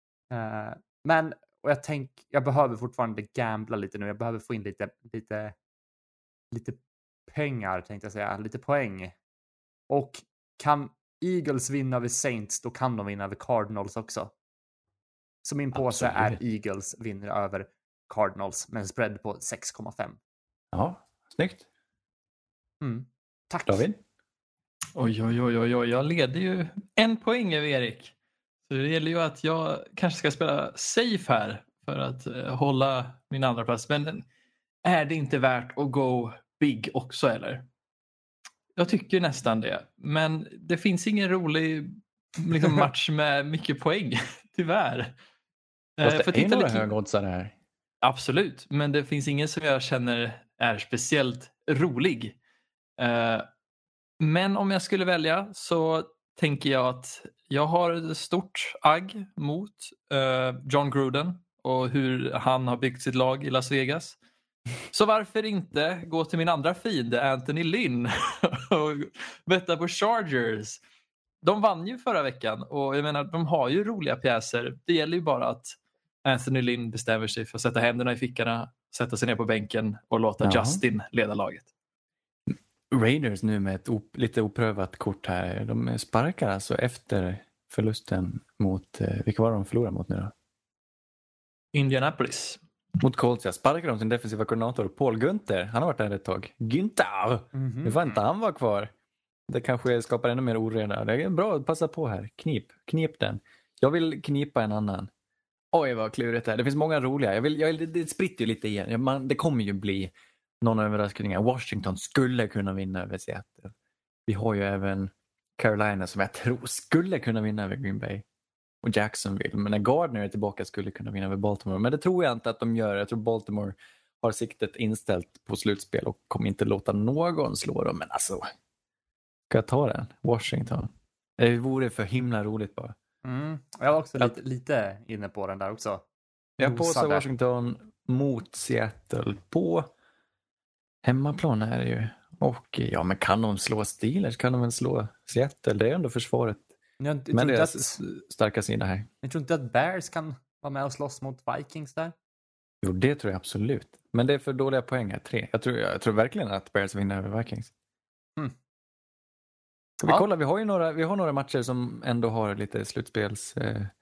B: Och jag behöver fortfarande gambla lite nu. Jag behöver få in lite pengar tänkte jag säga. Lite poäng. Och kan Eagles vinna över Saints, då kan de vinna över Cardinals också. Så min påse är Eagles vinner över Cardinals med en spread på 6,5.
C: Ja, snyggt.
B: Tack.
C: David?
D: Oj, jag leder ju 1 poäng över Erik. Så det gäller ju att jag kanske ska spela safe här för att hålla min andra plats. Men är det inte värt att gå big också eller? Jag tycker nästan det. Men det finns ingen rolig match med mycket poäng, tyvärr.
C: Fast det är några högoddsare här.
D: Absolut, men det finns ingen som jag känner är speciellt rolig. Men om jag skulle välja så tänker jag att jag har ett stort agg mot John Gruden och hur han har byggt sitt lag i Las Vegas. Så varför inte gå till min andra fiende Anthony Lynn och betta på Chargers. De vann ju förra veckan och jag menar de har ju roliga pjäser. Det gäller ju bara att Anthony Lynn bestämmer sig för att sätta händerna i fickorna, sätta sig ner på bänken och låta Justin leda laget.
C: Raiders nu med ett lite oprövat kort här. De sparkar alltså efter förlusten mot, vilka var de förlorade mot nu då?
D: Indianapolis.
C: Mot Colts, jag sparkar de sin defensiva koordinator Paul Gunther. Han har varit där ett tag. Günther! Nu får inte han vara kvar. Det kanske skapar ännu mer oreda. Det är bra att passa på här. Knip den. Jag vill knipa en annan. Oj, vad klurigt det här. Det finns många roliga. Det spritter ju lite igen. Det kommer ju bli någon överraskning. Washington skulle kunna vinna över Seattle. Vi har ju även Carolina som jag tror skulle kunna vinna över Green Bay. Och Jacksonville. Men när Gardner är tillbaka skulle kunna vinna över Baltimore. Men det tror jag inte att de gör. Jag tror Baltimore har siktet inställt på slutspel och kommer inte låta någon slå dem. Men alltså, ska jag ta den? Washington. Det vore för himla roligt bara.
B: Jag var också lite inne på den där också.
C: Jag påsar Washington mot Seattle på hemmaplan är det ju. Och ja, men kan de slå Steelers? Kan de väl slå Seattle? Det är ändå försvaret. Men det är starka sida här.
B: Jag tror inte att Bears kan vara med och slåss mot Vikings där.
C: Jo, det tror jag absolut. Men det är för dåliga poäng här, 3. Jag tror verkligen att Bears vinner över Vikings. Ska vi kolla? Vi har några matcher som ändå har lite slutspels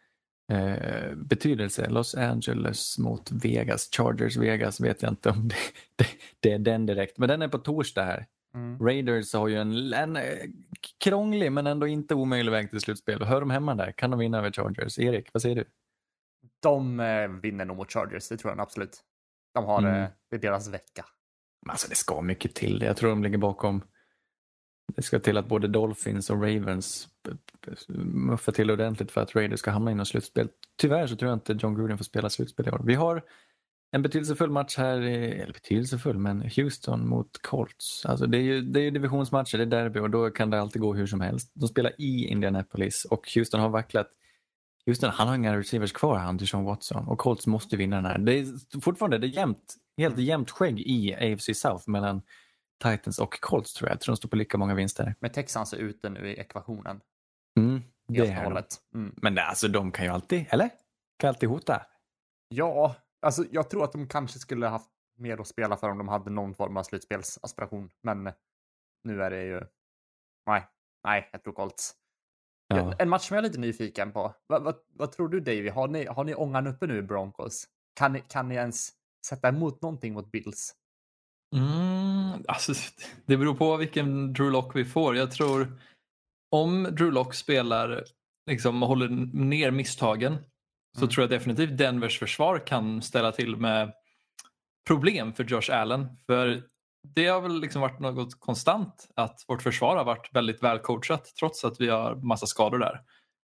C: betydelse. Los Angeles mot Vegas. Chargers Vegas vet jag inte om det är den direkt. Men den är på torsdag här. Raiders har ju en krånglig men ändå inte omöjlig väg till slutspel. Hör de hemma där? Kan de vinna över Chargers? Erik, vad säger du?
B: De vinner nog mot Chargers, det tror jag absolut. De har det är deras vecka.
C: Alltså det ska mycket till. Jag tror de ligger bakom Det ska till att både Dolphins och Ravens muffar till ordentligt för att Raiders ska hamna in i slutspel. Tyvärr så tror jag inte John Gruden får spela slutspel i år. Vi har en betydelsefull match här, eller betydelsefull, men Houston mot Colts. Alltså det är ju divisionsmatcher, det är derby och då kan det alltid gå hur som helst. De spelar i Indianapolis och Houston har vacklat. Houston, han har inga receivers kvar, han till Sean Watson, och Colts måste vinna den här. Det är fortfarande helt jämnt skägg i AFC South mellan Titans och Colts, tror jag. Jag tror de står på lika många vinster.
B: Men Texans är ute nu i ekvationen.
C: Det är hållet. Men alltså de kan ju alltid, eller? Kan alltid hota.
B: Ja, alltså jag tror att de kanske skulle haft mer att spela för om de hade någon form av slutspelsaspiration. Men nu är det ju... Nej, jag tror Colts. Ja. En match som jag är lite nyfiken på. Vad tror du, Davey? Har ni ångan uppe nu i Broncos? Kan ni ens sätta emot någonting mot Bills?
D: Alltså, det beror på vilken Drew Lock vi får. Jag tror om Drew Lock spelar liksom, och håller ner misstagen så tror jag definitivt Denvers försvar kan ställa till med problem för Josh Allen. För det har väl liksom varit något konstant att vårt försvar har varit väldigt välcoachat trots att vi har massa skador där.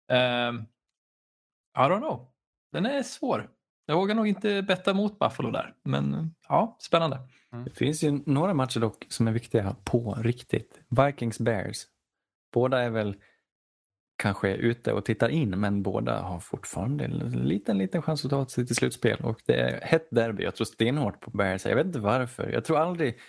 D: I don't know. Den är svår. Jag vågar nog inte betta mot Buffalo där. Men ja, spännande.
C: Det finns ju några matcher dock som är viktiga på riktigt. Vikings-Bears. Båda är väl kanske ute och tittar in, men båda har fortfarande en liten chans att ta sig till slutspel. Och det är hett derby. Jag tror stenhårt på Bears. Jag vet inte varför. Jag tror aldrig...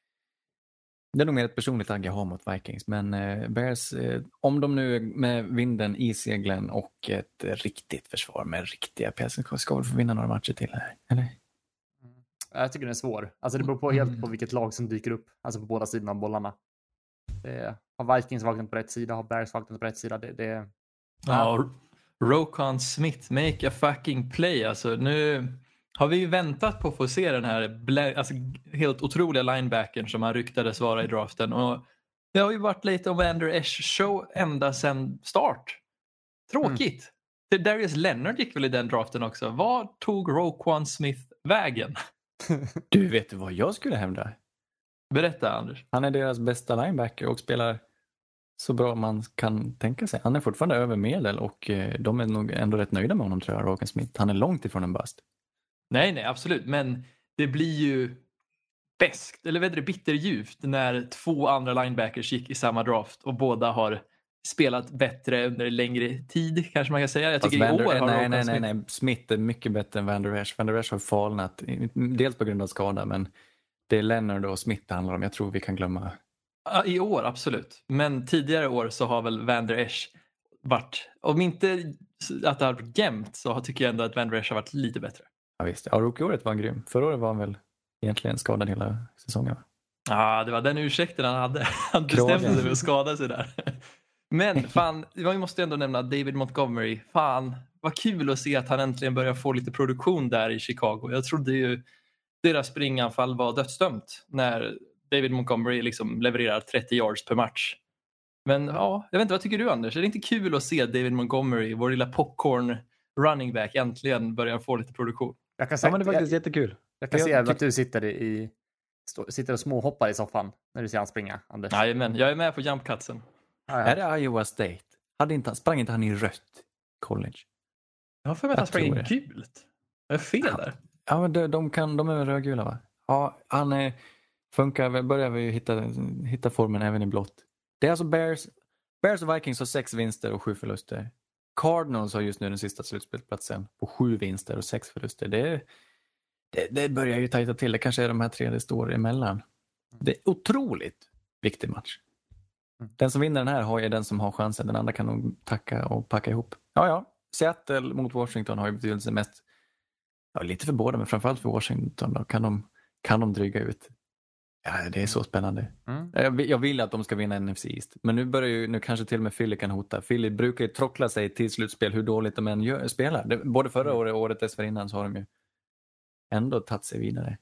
C: Det är nog mer ett personligt agg jag har mot Vikings. Men Bears, om de nu med vinden i seglen och ett riktigt försvar med riktiga pjäser, ska väl få vinna några matcher till här, eller?
B: Jag tycker den är svår. Alltså det beror på helt på vilket lag som dyker upp. Alltså på båda sidorna av bollarna. Har Vikings vaknat på rätt sida, har Bears vaknat på rätt sida.
D: Ja, Roquan Smith, make a fucking play. Alltså nu har vi ju väntat på att få se den här helt otroliga linebacken som han ryktades vara i draften. Och det har ju varit lite om Vander Esch show ända sedan start. Tråkigt. Darius Leonard gick väl i den draften också. Vad tog Roquan Smith vägen?
C: Du vet vad jag skulle hävda.
D: Berätta, Anders.
C: Han är deras bästa linebacker och spelar så bra man kan tänka sig. Han är fortfarande över medel och de är nog ändå rätt nöjda med honom, tror jag, Roquan Smith. Han är långt ifrån en bust.
D: Nej, absolut. Men det blir ju bäst, eller vet du, bitterljuvt när två andra linebackers gick i samma draft och båda har spelat bättre under längre tid, kanske man kan säga. Jag tycker i år har
C: Nej. Smith är mycket bättre än Vander Esch. Vander Esch har falnat, dels på grund av skada, men det är Leonard och Smith det handlar om. Jag tror vi kan glömma.
D: I år, absolut. Men tidigare år så har väl Vander Esch varit, om inte att det har varit jämnt, så tycker jag ändå att Vander Esch har varit lite bättre.
C: Ja visst, ja, rookie-året var han grym. Förra året var han väl egentligen skadad hela säsongen.
D: Ja, det var den ursäkten han hade. Han bestämde sig för att skada sig där. Men fan, vi måste ändå nämna David Montgomery. Fan, vad kul att se att han äntligen börjar få lite produktion där i Chicago. Jag trodde ju deras springanfall var dödsdömt när David Montgomery liksom levererar 30 yards per match. Men ja, jag vet inte, vad tycker du, Anders? Är det inte kul att se David Montgomery, vår lilla popcorn running back, äntligen börja få lite produktion?
C: Jag kan säga, men det är faktiskt jättekul.
B: Jag kan se att du sitter och småhoppar i soffan när du ser han springa, Anders.
D: Nej, men jag är med på jump cutsen.
C: Är det Iowa State? Sprang inte han i rött college?
D: Jag har för mig att han sprang i gult. Jag är fel där.
C: Ja, men de är väl rödgula, va? Ja, han börjar vi ju hitta formen även i blått. Det är alltså Bears och Vikings har 6 vinster och 7 förluster. Cardinals har just nu den sista slutspelsplatsen på 7 vinster och 6 förluster. Det börjar ju tajta till. Det kanske är de här 3 det står emellan. Det är otroligt viktig match. Den som vinner den här är den som har chansen. Den andra kan nog tacka och packa ihop. Ja. Seattle mot Washington har ju betydelse mest. Ja, lite för båda, men framförallt för Washington. Då kan de dryga ut. Ja, det är så spännande. Jag vill att de ska vinna NFC East. Men nu kanske till och med Philly kan hota. Philly brukar ju trockla sig till slutspel hur dåligt de än spelar. Både förra året och året dessförinnan så har de ju ändå tagit sig vidare.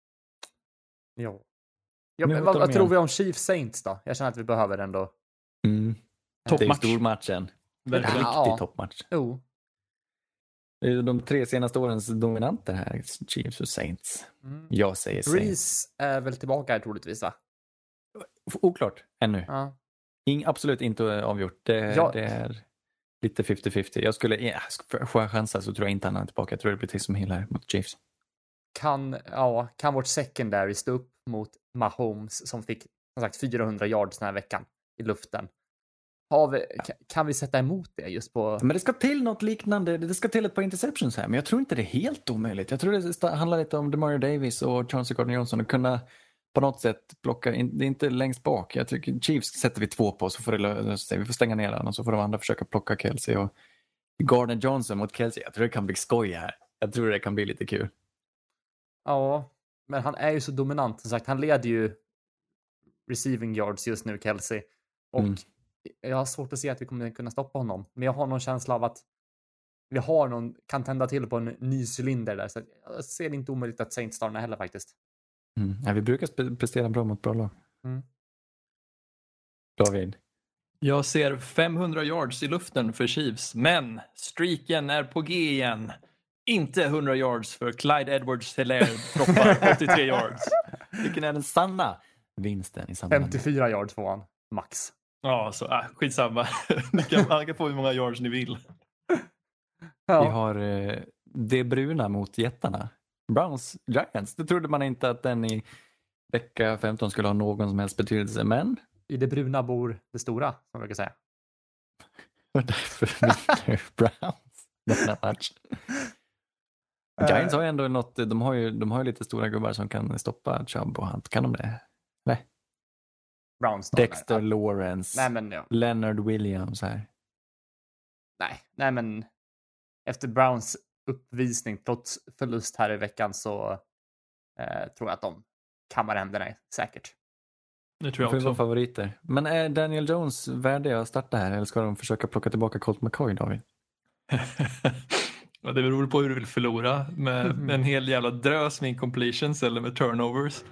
B: Ja. Vad tror vi om Chiefs Saints då? Jag känner att vi behöver ändå.
C: Toppmatch. Det är stormatchen. Riktig toppmatch.
B: Jo.
C: Det är de 3 senaste årens dominanter här, Chiefs och Saints. Jag säger Saints.
B: Breeze är väl tillbaka här troligtvis, va?
C: Oklart ännu.
B: Ja.
C: Absolut inte avgjort. Det är lite 50-50. Jag skulle, får jag chansa så tror jag inte han är tillbaka. Jag tror det blir som Hill här mot Chiefs.
B: Kan vårt secondary stå upp mot Mahomes som fick som sagt 400 yards den här veckan i luften? Kan vi sätta emot det just på...
C: Men det ska till något liknande. Det ska till ett par interceptions här. Men jag tror inte det är helt omöjligt. Jag tror det handlar lite om Demario Davis och Chauncey Gardner-Johnson och kunna på något sätt plocka. Det är inte längst bak. Jag tycker Chiefs sätter vi 2 på så får det lösa sig. Vi får stänga ner den och så får de andra försöka plocka Kelsey och Gardner-Johnson mot Kelsey. Jag tror det kan bli skoj här. Jag tror det kan bli lite kul.
B: Ja, men han är ju så dominant. Som sagt, han leder ju receiving yards just nu, Kelsey. Och jag har svårt att se att vi kommer kunna stoppa honom. Men jag har någon känsla av att vi kan tända till på en ny cylinder där. Så jag ser det inte omöjligt att Saints startar heller faktiskt.
C: Ja, vi brukar prestera bra mot bra lag. David.
D: Jag ser 500 yards i luften för Chiefs. Men streaken är på G igen. Inte 100 yards för Clyde Edwards-Helaire droppar 83 yards.
C: Vilken är den sanna vinsten i sammanhanget?
B: 54 yards får han, max.
D: Ja, så skitsamma. Han kan få hur många yards ni vill.
C: Ja. Vi har det bruna mot jättarna. Browns Giants. Det trodde man inte att den i vecka 15 skulle ha någon som helst betydelse, men...
B: I det bruna bor det stora, som jag brukar säga.
C: Och därför vinner Browns denna match. Giants har ju ändå något, de har ju lite stora gubbar som kan stoppa Chubb och Hunt. Kan de det? Nej.
B: Browns då,
C: Dexter Lawrence.
B: Nej, men, ja.
C: Leonard Williams här.
B: Nej, men efter Browns uppvisning trots förlust här i veckan så tror jag att de kammar händerna säkert.
D: Det tror jag också.
C: Vara favoriter. Men är Daniel Jones värdig att starta här eller ska de försöka plocka tillbaka Colt McCoy, David?
D: Ja, det beror på hur du vill förlora med en hel jävla drös med incompletions eller med turnovers.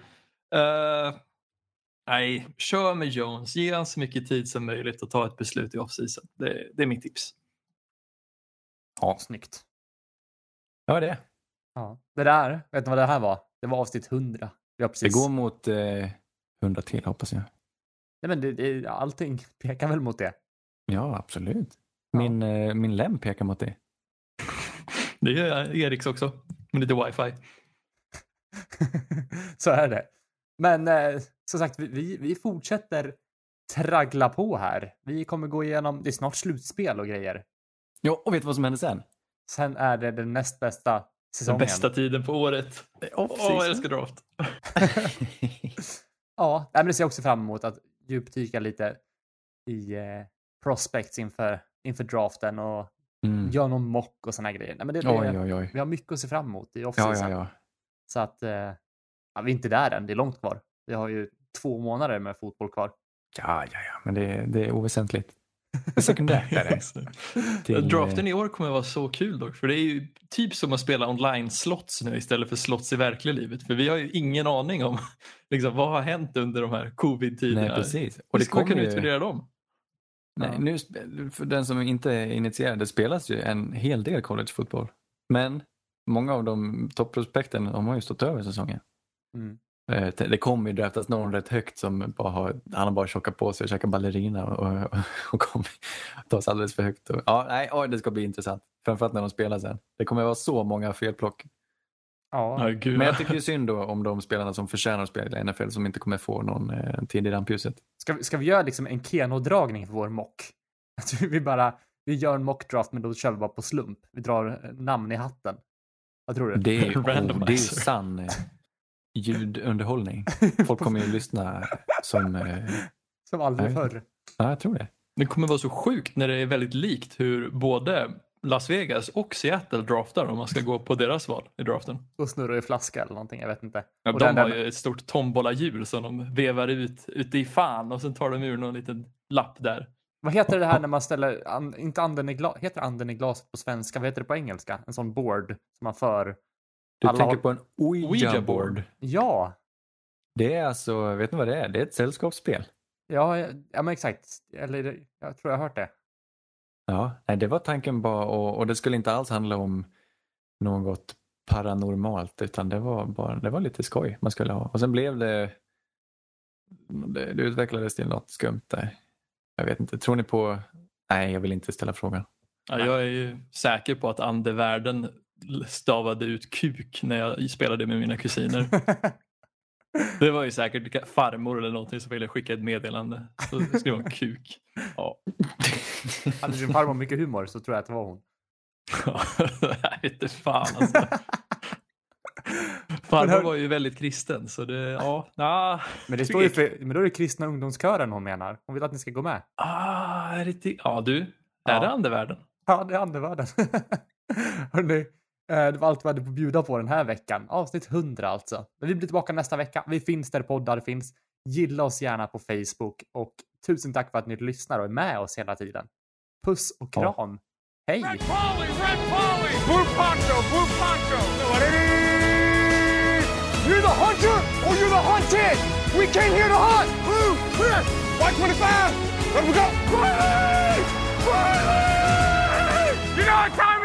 D: Nej, kör med Jones. Ge han så mycket tid som möjligt att ta ett beslut i offseason. Det är mitt tips.
B: Ja, snyggt.
C: Ja, det.
B: Ja. Det där, vet du vad det här var? Det var avsnitt 100. Vi har precis...
C: Det går mot 100 till, hoppas jag.
B: Nej, men allting pekar väl mot det.
C: Ja, absolut. Min lem pekar mot det.
D: Det gör Eriks också. Med lite wifi.
B: Så är det. Men som sagt, vi fortsätter traggla på här. Vi kommer gå igenom, det är snart slutspel och grejer.
C: Ja, och vet du vad som händer sen?
B: Sen är det den näst bästa säsongen.
D: Den bästa tiden på året. Jag älskar draft.
B: Ja, men det ser jag också fram emot att djupdyka lite i prospects inför draften och gör någon mock och såna grejer. Nej, men
C: Oj.
B: Vi har mycket att se fram emot i offseason.
C: Ja.
B: Så att vi är inte där än, det är långt kvar. Vi har ju 2 månader med fotboll kvar.
C: Ja, men det är oväsentligt. Det är sekundärt där.
D: Draften i år kommer att vara så kul dock. För det är ju typ som att spela online-slots nu istället för slots i verkliga livet. För vi har ju ingen aning om liksom, vad har hänt under de här covid-tiderna.
C: Nej, precis.
D: Och det kommer kunna utvärdera dem.
C: Nej, nu, för den som inte är initierad, det spelas ju en hel del college-fotboll. Men många av de topprospekten har ju stått över säsongen. Det kommer ju draftas någon rätt högt som han har bara tjockat på sig och käkat ballerina och kommer ta sig alldeles för högt. Det ska bli intressant. Framförallt när de spelar sen. Det kommer vara så många felplock.
B: Ja.
C: Men jag tycker ju synd då om de spelarna som förtjänar att spela i NFL som inte kommer få någon tid i rampljuset.
B: Ska vi göra liksom en Keno-dragning för vår mock? Vi gör en mock-draft men då kör vi bara på slump. Vi drar namn i hatten. Vad tror du?
C: Det är ju sann ljudunderhållning. Folk kommer ju lyssna som
B: aldrig förr.
C: Ja, jag tror det.
D: Det kommer vara så sjukt när det är väldigt likt hur både Las Vegas och Seattle draftar om man ska gå på deras val i draften.
B: Och snurrar i flaska eller någonting, jag vet inte.
D: Ja, de har ju ett stort tombola-hjul som de vevar ute i fan och sen tar de ur någon liten lapp där.
B: Vad heter det här när man ställer, inte anden i glas, heter anden i glaset på svenska, vad heter det på engelska? En sån board som man för...
C: Du tänker på en Ouija-board?
B: Ja.
C: Det är alltså, vet ni vad det är? Det är ett sällskapsspel.
B: Ja men exakt. Eller jag tror jag har hört det.
C: Ja, nej, det var tanken bara, och det skulle inte alls handla om något paranormalt utan det var lite skoj man skulle ha. Och sen blev det Det utvecklades till något skumt där. Jag vet inte. Tror ni på... Nej, jag vill inte ställa frågan.
D: Ja, jag är ju säker på att andevärlden stavade ut kuk när jag spelade med mina kusiner. Det var ju säkert farmor eller någonting som ville skicka ett meddelande. Så det skulle vara en kuk. Ja.
B: Hade din farmor mycket humor så tror jag att det var hon.
D: Jag vet inte fan alltså. Farmor var ju väldigt kristen så det, ja.
B: Men det står ju men då är det kristna ungdomskören hon menar. Hon vill att ni ska gå med.
D: Är det är det andevärlden?
B: Ja, det är andevärlden. Hörrni, det var allt vi hade på att bjuda på den här veckan. Avsnitt 100 alltså. Men vi blir tillbaka nästa vecka. Vi finns där poddar finns. Gilla oss gärna på Facebook. Och tusen tack för att ni lyssnar och är med oss hela tiden. Puss och kram.
C: Ja.
B: Hej!
A: Red Polly! Blue poncho! You're the hunter or you're the hunted! We came here to hunt! Blue, clear! White 25! Let we go! Riley! You know what time